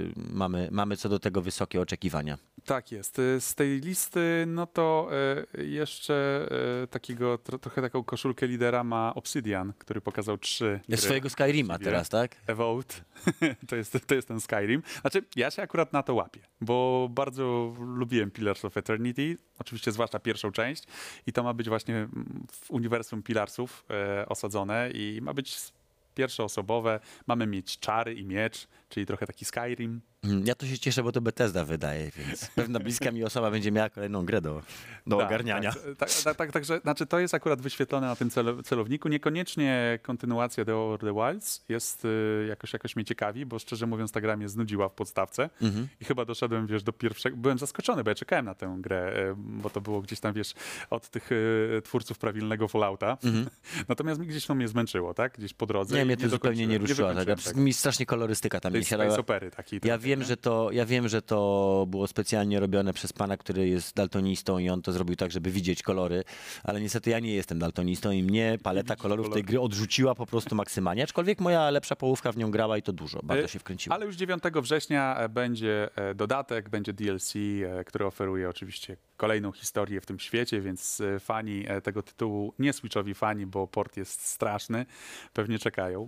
mamy co do tego wysokie oczekiwania. Tak jest. Z tej listy, no to jeszcze trochę taką koszulkę lidera ma Obsidian, który pokazał 3 gry. Swojego Skyrima właściwie. teraz, tak? Evote. to jest ten Skyrim. Znaczy, ja się akurat na to łapię, bo bardzo lubiłem Pillars of Eternity, oczywiście zwłaszcza pierwszą część i to ma być właśnie w uniwersum Pillarsów osadzone i ma być pierwszoosobowe, mamy mieć czary i miecz, czyli trochę taki Skyrim. Ja to się cieszę, bo to Bethesda wydaje, więc pewna bliska mi osoba będzie miała kolejną grę do Tak, ogarniania. Także znaczy to jest akurat wyświetlone na tym celowniku. Niekoniecznie kontynuacja The Outer the Wilds jest jakoś mnie ciekawi, bo szczerze mówiąc ta gra mnie znudziła w podstawce i chyba doszedłem, wiesz, do pierwszego... Byłem zaskoczony, bo ja czekałem na tę grę, bo to było gdzieś tam, wiesz, od tych twórców prawilnego Fallouta. Natomiast gdzieś to mnie zmęczyło, tak? Gdzieś po drodze. Nie, mnie to zupełnie nie ruszyła. Tak. dokończyłem, Mi strasznie kolorystyka tam To nie jest siadała. space opery taki. Ja wiem, że to było specjalnie robione przez pana, który jest daltonistą i on to zrobił tak, żeby widzieć kolory, ale niestety ja nie jestem daltonistą i mnie paleta kolorów tej gry odrzuciła po prostu maksymalnie, aczkolwiek moja lepsza połówka w nią grała i to dużo, bardzo się wkręciła. Ale już 9 września będzie dodatek, będzie DLC, który oferuje oczywiście kolejną historię w tym świecie, więc fani tego tytułu, nie Switchowi fani, bo port jest straszny, pewnie czekają.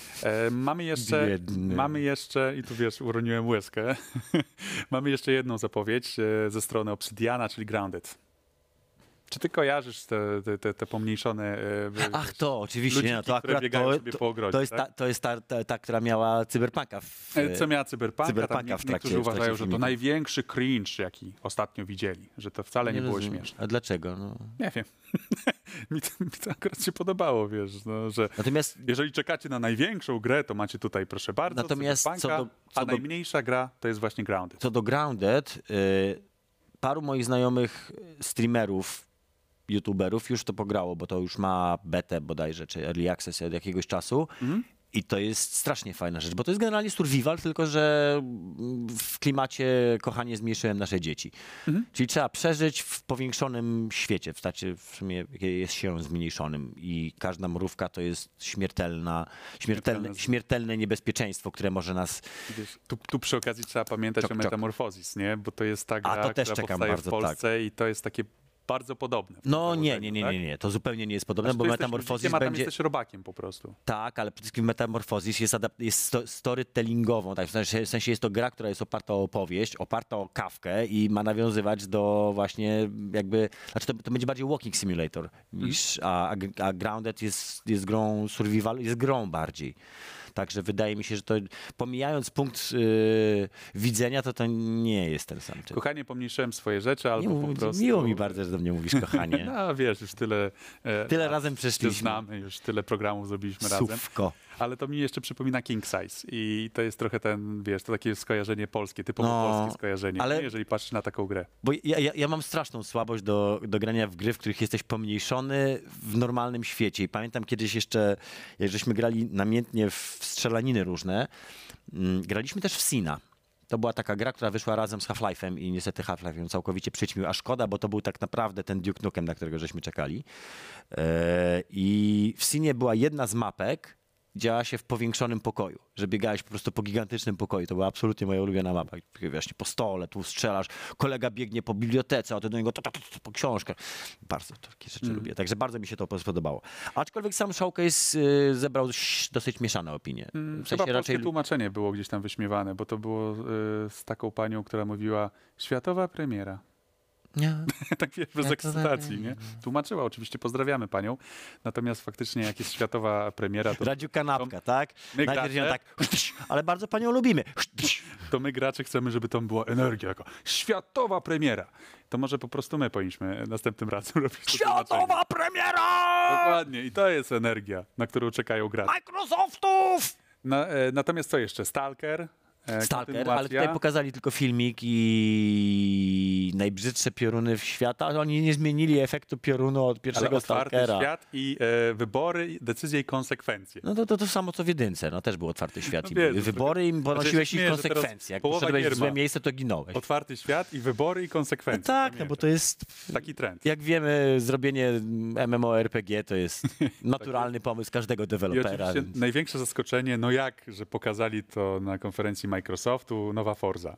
Mamy jeszcze, i tu wiesz, uroniłem łezkę, mamy jeszcze jedną zapowiedź ze strony Obsidiana, czyli Grounded. Czy ty kojarzysz te pomniejszone Ach, to oczywiście, ludziki, no, to które akurat biegają sobie po ogrodzie, to jest ta, która miała cyberpunka co miała Cyberpunka, Cyberpunka w trakcie- niektórzy uważają, w trakcie że to filmiku. największy cringe, jaki ostatnio widzieli, że to wcale nie było rozumiem. śmieszne. A dlaczego? No. Nie wiem. mi to akurat się podobało, wiesz, no, że Natomiast jeżeli czekacie na największą grę, to macie tutaj, proszę bardzo, Natomiast Cyberpunka, a najmniejsza gra to jest właśnie Grounded. co do Grounded, paru moich znajomych streamerów, youtuberów już to pograło, bo to już ma betę bodajże, czy early access od jakiegoś czasu. I to jest strasznie fajna rzecz, bo to jest generalnie survival, tylko że w klimacie kochanie zmniejszyłem nasze dzieci. Czyli trzeba przeżyć w powiększonym świecie, w sumie jest się zmniejszonym i każda mrówka to jest śmiertelne niebezpieczeństwo, które może nas... Wiesz, tu przy okazji trzeba pamiętać o Metamorphosis, nie? Bo to jest ta gra, to też która czekam powstaje bardzo, w Polsce i to jest takie bardzo podobne. w No tym nie, założeniu, tak? to zupełnie nie jest podobne, Znaczy, bo ty jesteś Metamorfosis ludzikiem, a tam będzie... jesteś robakiem po prostu. Tak, ale przede wszystkim Metamorfosis jest storytellingową, tak, w sensie jest to gra, która jest oparta o opowieść, oparta o Kafkę i ma nawiązywać do właśnie jakby, znaczy to będzie bardziej walking simulator niż, a Grounded jest grą survival, jest grą bardziej. Także wydaje mi się, że to pomijając punkt widzenia, to nie jest ten sam typ. Kochanie, pomniejszyłem swoje rzeczy, albo po prostu... Miło mi bardzo, że do mnie mówisz, kochanie. No wiesz, już tyle Tyle razem się przeszliśmy. znamy, już tyle programów zrobiliśmy razem. Sówko. Ale to mi jeszcze przypomina King Size i to jest trochę ten, wiesz, to takie skojarzenie polskie, typowo No, polskie skojarzenie, ale- nie? Jeżeli patrzysz na taką grę. Bo ja mam straszną słabość do grania w gry, w których jesteś pomniejszony w normalnym świecie. I pamiętam kiedyś jeszcze, jak żeśmy grali namiętnie w strzelaniny różne, graliśmy też w Sina. To była taka gra, która wyszła razem z Half-Life'em i niestety Half-Life ją całkowicie przyćmił, a szkoda, bo to był tak naprawdę ten Duke Nukem, na którego żeśmy czekali. I w Sinie była jedna z mapek, działa się w powiększonym pokoju, że biegałeś po prostu po gigantycznym pokoju. To była absolutnie moja ulubiona mapa. Właśnie po stole, tu strzelasz, kolega biegnie po bibliotece, a ty do niego po książkę. Bardzo takie rzeczy lubię, także bardzo mi się to spodobało. Aczkolwiek sam Showcase zebrał dosyć mieszane opinie. W Chyba polskie tłumaczenie było gdzieś tam wyśmiewane, bo to było z taką panią, która mówiła światowa premiera. Nie. Tak wiesz, bez ekscytacji, nie? Tłumaczyła, oczywiście pozdrawiamy panią, natomiast faktycznie jak jest światowa premiera, to, Radziu Kanapka, tak? my Najpierw ją gracze- tak, ale bardzo panią lubimy. to my gracze chcemy, żeby tam była energia, jako światowa premiera. To może po prostu my powinniśmy następnym razem robić to tłumaczenie. Światowa premiera! Dokładnie, i to jest energia, na którą czekają gracze. Microsoftów! Natomiast co jeszcze? Stalker? Stalker, ale kontynuacja. tutaj pokazali tylko filmik i najbrzydsze pioruny w świata. Oni nie zmienili efektu piorunu od Ale pierwszego otwarty Stalkera. świat i wybory, decyzje i konsekwencje. No to samo co w jedynce, no też był otwarty świat. No I wiesz, były wybory i ponosiłeś śmieję, ich że teraz konsekwencje. Jak połowa poszedłeś gier w złe ma miejsce, to ginąłeś. Otwarty świat i wybory i No konsekwencje. tak, no bo Pamiętaj. to jest, Taki trend. jak wiemy, zrobienie MMORPG to jest naturalny pomysł każdego I dewelopera. oczywiście Więc... największe zaskoczenie, no jak, że pokazali to na konferencji Microsoftu, nowa Forza.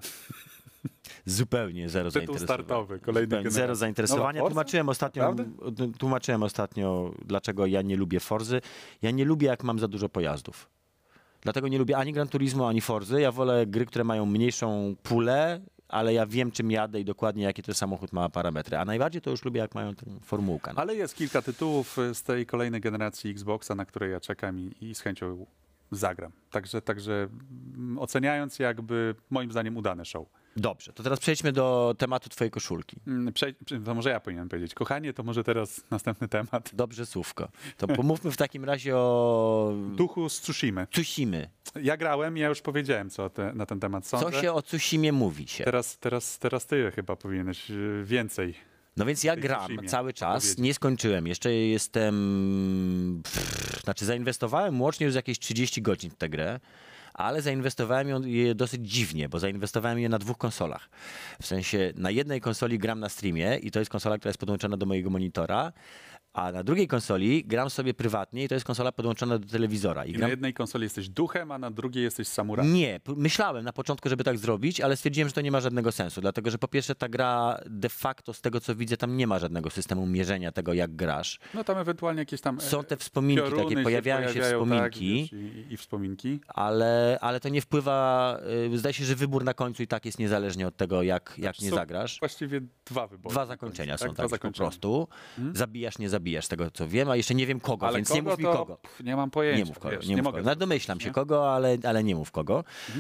Zupełnie zero Tytuł zainteresowania. startowy, kolejny Zupełnie generacji. zero zainteresowania. Nowa Forza? Tłumaczyłem ostatnio, dlaczego ja nie lubię Forzy. Ja nie lubię, jak mam za dużo pojazdów. Dlatego nie lubię ani Gran Turismo, ani Forzy. Ja wolę gry, które mają mniejszą pulę, ale ja wiem, czym jadę i dokładnie, jaki ten samochód ma parametry. A najbardziej to już lubię, jak mają tę formułkę. No. Ale jest kilka tytułów z tej kolejnej generacji Xboxa, na które ja czekam i z chęcią zagram. Także oceniając jakby moim zdaniem udane show. Dobrze, to teraz przejdźmy do tematu twojej koszulki. To może ja powinienem powiedzieć. Kochanie, to może teraz następny temat. Dobrze, słówko. To pomówmy w takim razie o Duchu z Tsushimy. Tsushimy. Ja grałem, ja już powiedziałem, co na ten temat sądzę. Co się o Tsushimie mówi się? Teraz ty chyba powinieneś więcej. No więc ja tej gram Tsushimie cały czas, powiedzieć. nie skończyłem. Jeszcze jestem... Znaczy zainwestowałem łącznie już jakieś 30 godzin w tę grę, ale zainwestowałem je dosyć dziwnie, bo zainwestowałem je na 2 konsolach. W sensie na jednej konsoli gram na streamie i to jest konsola, która jest podłączona do mojego monitora, a na drugiej konsoli gram sobie prywatnie i to jest konsola podłączona do telewizora. I na jednej konsoli jesteś duchem, a na drugiej jesteś samurajem. Nie, myślałem na początku, żeby tak zrobić, ale stwierdziłem, że to nie ma żadnego sensu, dlatego że po pierwsze ta gra de facto, z tego co widzę, tam nie ma żadnego systemu mierzenia tego, jak grasz. No tam ewentualnie jakieś tam Są te wspominki, pioruny takie pojawiają się wspominki, Tak, wiesz, i wspominki. ale to nie wpływa, zdaje się, że wybór na końcu i tak jest niezależnie od tego, jak nie Są zagrasz. Właściwie 2 wybory. 2 zakończenia są Dwa tak po zakończenia. prostu. Zabijasz, nie zabijasz, z tego co wiem, a jeszcze nie wiem kogo, Ale więc kogo nie mów mi to, kogo. Nie mam pojęcia. Nie mów kogo, wiesz, nie mów mogę kogo. No, tego domyślam powiedzieć, się nie? kogo, ale nie mów kogo.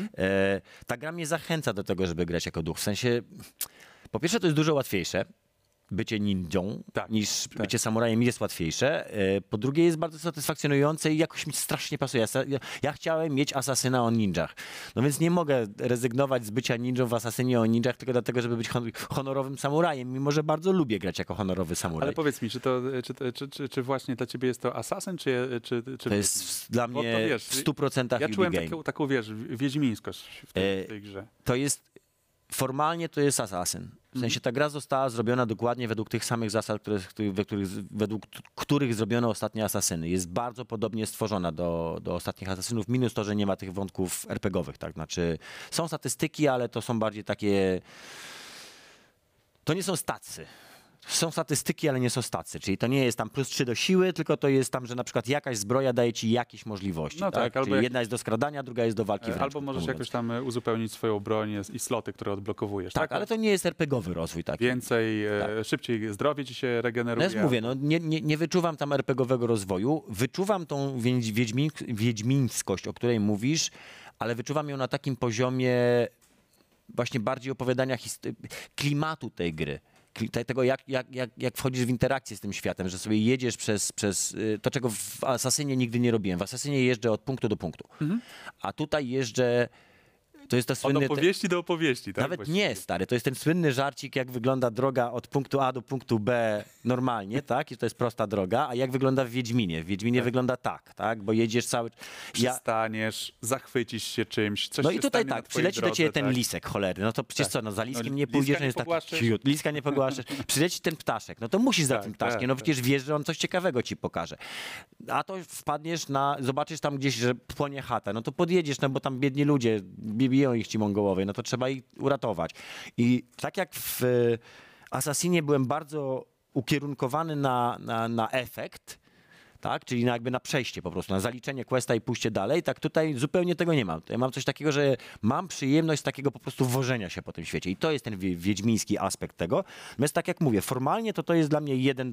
Ta gra mnie zachęca do tego, żeby grać jako duch. W sensie, po pierwsze to jest dużo łatwiejsze. Bycie ninją Tak, niż tak. bycie samurajem jest łatwiejsze. Po drugie jest bardzo satysfakcjonujące i jakoś mi strasznie pasuje. Ja chciałem mieć asasyna o ninjach. No więc nie mogę rezygnować z bycia ninją w asasynie o ninjach tylko dlatego, żeby być honorowym samurajem, mimo że bardzo lubię grać jako honorowy samuraj. Ale powiedz mi, czy właśnie dla ciebie jest to Assassin, czy To jest dla Bo to mnie wiesz, w 100% Ja czułem game. taką, wiesz, wiedźmińskość w tej grze. To jest, formalnie to jest Assassin. W sensie ta gra została zrobiona dokładnie według tych samych zasad, według których zrobiono ostatnie Asasyny. Jest bardzo podobnie stworzona do ostatnich Asasynów, minus to, że nie ma tych wątków RPGowych. Tak? Znaczy, są statystyki, ale to są bardziej takie... To nie są statsy. Są statystyki, ale nie są statsy. Czyli to nie jest tam +3 do siły, tylko to jest tam, że na przykład jakaś zbroja daje ci jakieś możliwości. No tak, albo Czyli jak- jedna jest do skradania, druga jest do walki wręcz. Albo możesz jakoś tam uzupełnić swoją broń i sloty, które odblokowujesz. Tak, ale to nie jest RPGowy rozwój taki. Więcej, szybciej zdrowie ci się No regeneruje. ja mówię, no nie wyczuwam tam RPGowego rozwoju, wyczuwam tą wiedźmińskość, o której mówisz, ale wyczuwam ją na takim poziomie właśnie bardziej opowiadania klimatu tej gry. tego jak wchodzisz w interakcję z tym światem, że sobie jedziesz przez to, czego w Assassinie nigdy nie robiłem. W Assassinie jeżdżę od punktu do punktu, a tutaj jeżdżę, to jest to Od słynne... opowieści do opowieści, tak? Nawet właściwie. nie, stary, to jest ten słynny żarcik, jak wygląda droga od punktu A do punktu B normalnie, tak? I to jest prosta droga, a jak wygląda w Wiedźminie? W Wiedźminie wygląda tak? Bo jedziesz cały... Przystaniesz, zachwycisz się czymś, coś No się i tutaj stanie na tak, twojej przyleci do ciebie drodze, ten tak? lisek cholerny, no to przecież Tak. co, no za liskiem No, nie pójdziesz, liska on nie jest taki pogłaszczesz. cute, liska nie pogłaszczesz, przyleci ten ptaszek, no to musisz za Tak, tym ptaszkiem, tak, no tak. przecież wiesz, że on coś ciekawego ci pokaże. A to wpadniesz zobaczysz tam gdzieś, że płonie chata, no to podjedziesz, no bo tam biedni ludzie, biją ich ci Mongołowie, no to trzeba ich uratować. I tak jak w Assassinie byłem bardzo ukierunkowany na efekt, tak? Czyli jakby na przejście po prostu, na zaliczenie questa i pójście dalej, tak tutaj zupełnie tego nie mam. Ja mam coś takiego, że mam przyjemność z takiego po prostu wożenia się po tym świecie i to jest ten wiedźmiński aspekt tego. Natomiast tak jak mówię, formalnie to jest dla mnie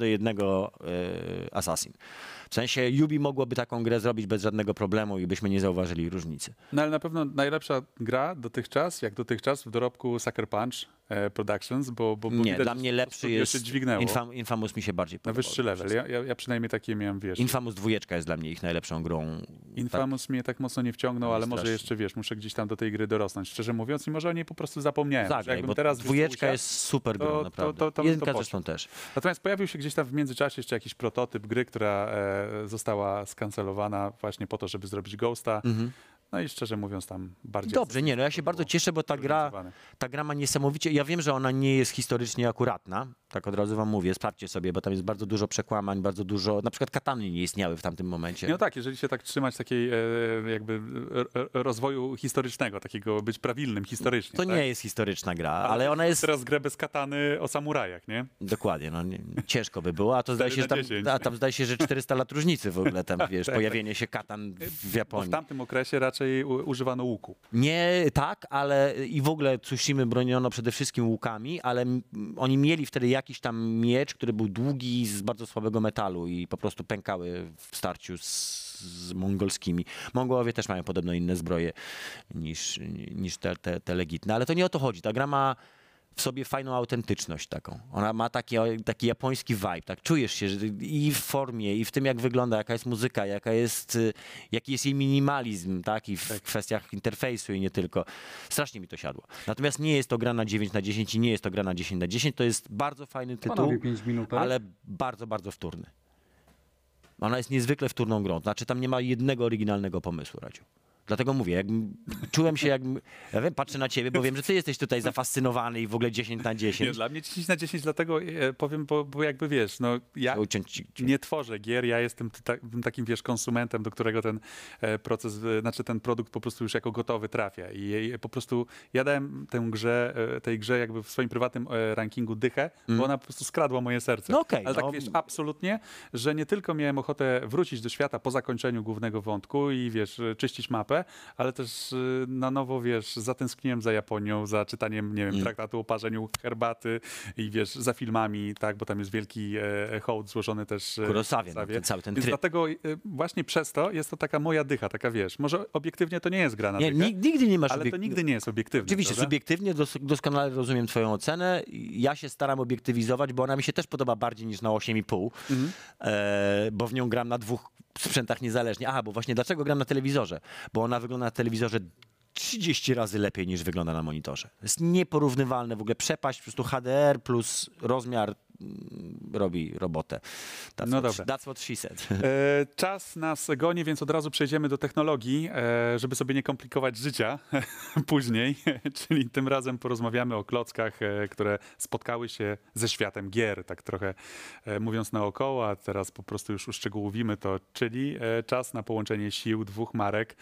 1:1 Assassin. W sensie Ubi mogłoby taką grę zrobić bez żadnego problemu i byśmy nie zauważyli różnicy. No ale na pewno najlepsza gra dotychczas w dorobku Sucker Punch Productions, bo Nie, widać, dla że mnie to lepszy studio jest się dźwignęło Infamous mi się bardziej na podobał. wyższy level. Ja przynajmniej takie miałem, wiesz. Infamous 2 jest dla mnie ich najlepszą grą. Infamous mnie tak mocno nie wciągnął, ale może strasznie. jeszcze, wiesz, muszę gdzieś tam do tej gry dorosnąć, szczerze mówiąc, i może o niej po prostu zapomniałem. że Zagraj, jakbym bo teraz dwójeczka usiadł, jest super grą, to- naprawdę. to bym to Jedynka poczuł. zresztą też. Natomiast pojawił się gdzieś tam w międzyczasie jeszcze jakiś prototyp gry, która została skancelowana właśnie po to, żeby zrobić Ghosta. No i szczerze mówiąc tam bardziej... Dobrze, nie, no ja się bardzo cieszę, bo ta gra ma niesamowicie... Ja wiem, że ona nie jest historycznie akuratna, tak od razu wam mówię, sprawdźcie sobie, bo tam jest bardzo dużo przekłamań, bardzo dużo... Na przykład katany nie istniały w tamtym momencie. No tak, jeżeli się tak trzymać takiej jakby rozwoju historycznego, takiego być prawilnym historycznie. To tak? nie jest historyczna gra, ale ona jest... Teraz grę bez katany o samurajach, nie? Dokładnie, no ciężko by było, a to zdaje się, że 4/10. tam zdaje się, że 400 lat różnicy w ogóle tam, wiesz, pojawienie się katan w Bo Japonii. w tamtym okresie raczej używano łuku. Nie tak, ale i w ogóle Tsushimy broniono przede wszystkim łukami, ale oni mieli wtedy jakiś tam miecz, który był długi z bardzo słabego metalu i po prostu pękały w starciu z mongolskimi. Mongołowie też mają podobno inne zbroje niż te legitne, ale to nie o to chodzi. Ta gra ma w sobie fajną autentyczność taką. Ona ma taki japoński vibe, tak? Czujesz się że i w formie, i w tym, jak wygląda, jaka jest muzyka, jaki jest jej minimalizm, tak? I w kwestiach interfejsu i nie tylko. Strasznie mi to siadło. Natomiast nie jest to gra na 9/10 i nie jest to gra na 10/10. To jest bardzo fajny tytuł, Panowie, 5 minut. ale bardzo, bardzo wtórny. Ona jest niezwykle wtórną grą. Znaczy tam nie ma jednego oryginalnego pomysłu, Radziu. Dlatego mówię, czułem się ja wiem, patrzę na ciebie, bo wiem, że ty jesteś tutaj zafascynowany i w ogóle 10/10. Nie, dla mnie 10/10, dlatego powiem, bo jakby wiesz, no ja nie tworzę gier, ja jestem takim, wiesz, konsumentem, do którego ten proces, znaczy ten produkt po prostu już jako gotowy trafia i po prostu ja dałem tej grze jakby w swoim prywatnym rankingu dychę, bo ona po prostu skradła moje serce. No okej, ale tak no. wiesz, absolutnie, że nie tylko miałem ochotę wrócić do świata po zakończeniu głównego wątku i wiesz, czyścić mapę, ale też na nowo, wiesz, zatęskniłem za Japonią, za czytaniem, nie wiem, traktatu o parzeniu herbaty i wiesz, za filmami, tak, bo tam jest wielki hołd złożony też Kurosawie, no, cały ten Więc tryb. dlatego właśnie przez to jest to taka moja dycha, taka wiesz, może obiektywnie to nie jest gra na Nie, dychę, nigdy nie masz ale to nigdy nie jest obiektywne. Oczywiście, prawda? subiektywnie doskonale rozumiem twoją ocenę. Ja się staram obiektywizować, bo ona mi się też podoba bardziej niż na 8,5, bo w nią gram na 2 sprzętach niezależnie. Aha, bo właśnie dlaczego gram na telewizorze? Bo ona wygląda na telewizorze 30 razy lepiej niż wygląda na monitorze. To jest nieporównywalne. W ogóle przepaść, po prostu HDR plus rozmiar robi robotę. That's what she said. Czas nas goni, więc od razu przejdziemy do technologii, żeby sobie nie komplikować życia później, czyli tym razem porozmawiamy o klockach, które spotkały się ze światem gier, tak trochę mówiąc naokoło, a teraz po prostu już uszczegółowimy to, czyli czas na połączenie sił dwóch marek,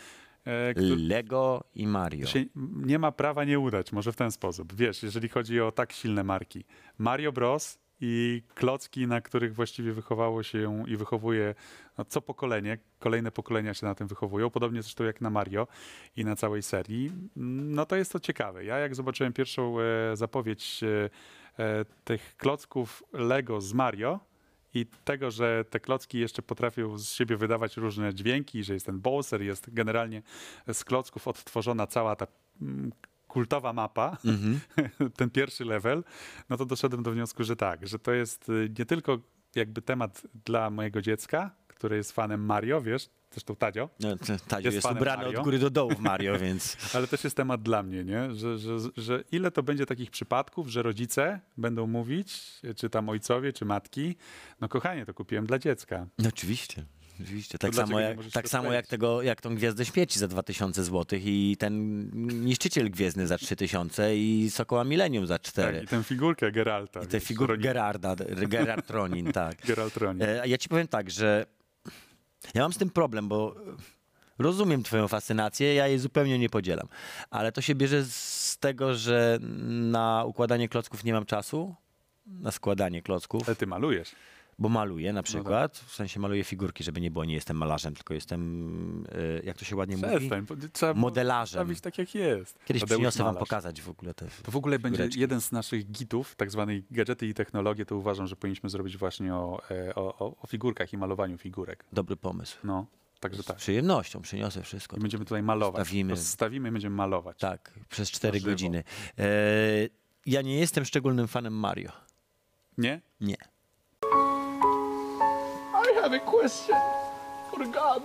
Lego i Mario. się nie ma prawa nie udać, może w ten sposób. Wiesz, jeżeli chodzi o tak silne marki. Mario Bros. I klocki, na których właściwie wychowało się i wychowuje co pokolenie, kolejne pokolenia się na tym wychowują, podobnie zresztą jak na Mario i na całej serii, no to jest to ciekawe. Ja jak zobaczyłem pierwszą zapowiedź tych klocków Lego z Mario i tego, że te klocki jeszcze potrafią z siebie wydawać różne dźwięki, że jest ten Bowser, jest generalnie z klocków odtworzona cała ta kultowa mapa, ten pierwszy level, no to doszedłem do wniosku, że tak, że to jest nie tylko jakby temat dla mojego dziecka, który jest fanem Mario, wiesz, zresztą Tadzio, No, Tadziu jest fanem ubrany Mario. od góry do dołu w Mario, więc... ale też jest temat dla mnie, nie? Że ile to będzie takich przypadków, że rodzice będą mówić, czy tam ojcowie, czy matki, no kochanie, to kupiłem dla dziecka. No oczywiście. Oczywiście. Tak dlaczego samo, nie jak, możesz tak to samo jak, sprawdzić? jak tą Gwiazdę Śmierci za 2000 zł i ten Niszczyciel Gwiezdny za 3000 i Sokoła Millennium za 4. Tak, i tę figurkę Geralta. I te figury Gerard Ronin, tak. Geralt Ronin. Ja ci powiem tak, że ja mam z tym problem, bo rozumiem twoją fascynację, ja jej zupełnie nie podzielam. Ale to się bierze z tego, że na układanie klocków nie mam czasu, na składanie klocków, Ale ty malujesz. bo maluję na przykład, w sensie maluję figurki, żeby nie było, nie jestem malarzem, tylko jestem, jak to się ładnie mówi? Przestań, trzeba Modelarzem. stawić tak jak jest. Kiedyś Tadeusz przyniosę wam malarz. pokazać w ogóle te To w ogóle będzie figureczki. jeden z naszych gitów, tak zwanej gadżety i technologie, to uważam, że powinniśmy zrobić właśnie o figurkach i malowaniu figurek. Dobry pomysł. No, także Z tak. przyjemnością przyniosę wszystko. I będziemy tutaj malować. Stawimy. Stawimy i będziemy malować. Tak, przez 4 żywo. godziny. Ja nie jestem szczególnym fanem Mario. Nie? Nie. I have a question for God.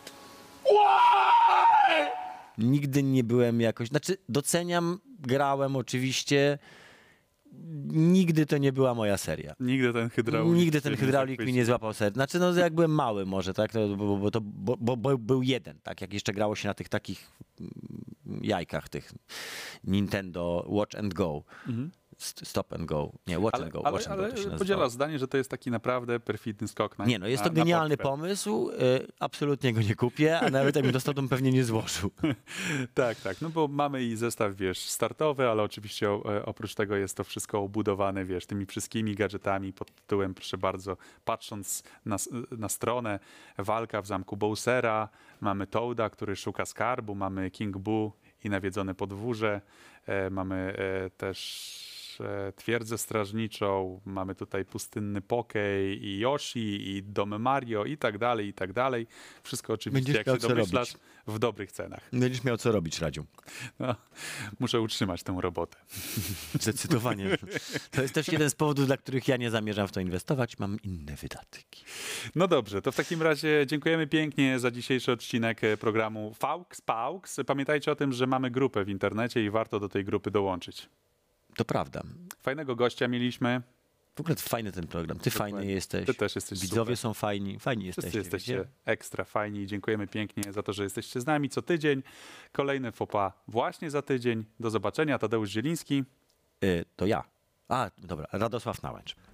Why? Nigdy nie byłem jakoś... Znaczy, doceniam, grałem oczywiście. Nigdy to nie była moja seria. Nigdy ten hydraulik. Nigdy ten cię hydraulik mi zachwycił. nie złapał serca. Znaczy, no jak byłem mały może, tak? Bo był jeden, tak? Jak jeszcze grało się na tych takich jajkach, tych Nintendo Watch and Go. Stop and Go. Nie, Watch and Go. Watch and Go to się nazywało. podzielasz zdanie, że to jest taki naprawdę perfidny skok na Nie, no jest to na genialny portfel. pomysł. Absolutnie go nie kupię, a nawet jakbym dostał, to bym pewnie nie złożył. Tak, no bo mamy i zestaw, wiesz, startowy, ale oczywiście oprócz tego jest to wszystko obudowane, wiesz, tymi wszystkimi gadżetami pod tytułem, proszę bardzo, patrząc na stronę, walka w zamku Bowsera, mamy Toada, który szuka skarbu, mamy King Boo i nawiedzone podwórze, mamy też twierdzę strażniczą, mamy tutaj pustynny Pokej i Yoshi i domy Mario i tak dalej, i tak dalej. Wszystko oczywiście, Będziesz jak miał się co domyślasz, robić. w dobrych cenach. Będziesz miał co robić, Radziu. No, muszę utrzymać tę robotę. Zdecydowanie. To jest też jeden z powodów, dla których ja nie zamierzam w to inwestować. Mam inne wydatki. No dobrze, to w takim razie dziękujemy pięknie za dzisiejszy odcinek programu Faux. Pamiętajcie o tym, że mamy grupę w internecie i warto do tej grupy dołączyć. To prawda. Fajnego gościa mieliśmy. W ogóle fajny ten program. Ty Dokładnie. fajny jesteś. Ty też jesteś Widzowie super. są fajni. Fajni Wszyscy jesteście. jesteście wiecie? ekstra fajni. Dziękujemy pięknie za to, że jesteście z nami co tydzień. Kolejny FOPA właśnie za tydzień. Do zobaczenia. Tadeusz Zieliński. To ja. A, dobra. Radosław Nałęcz.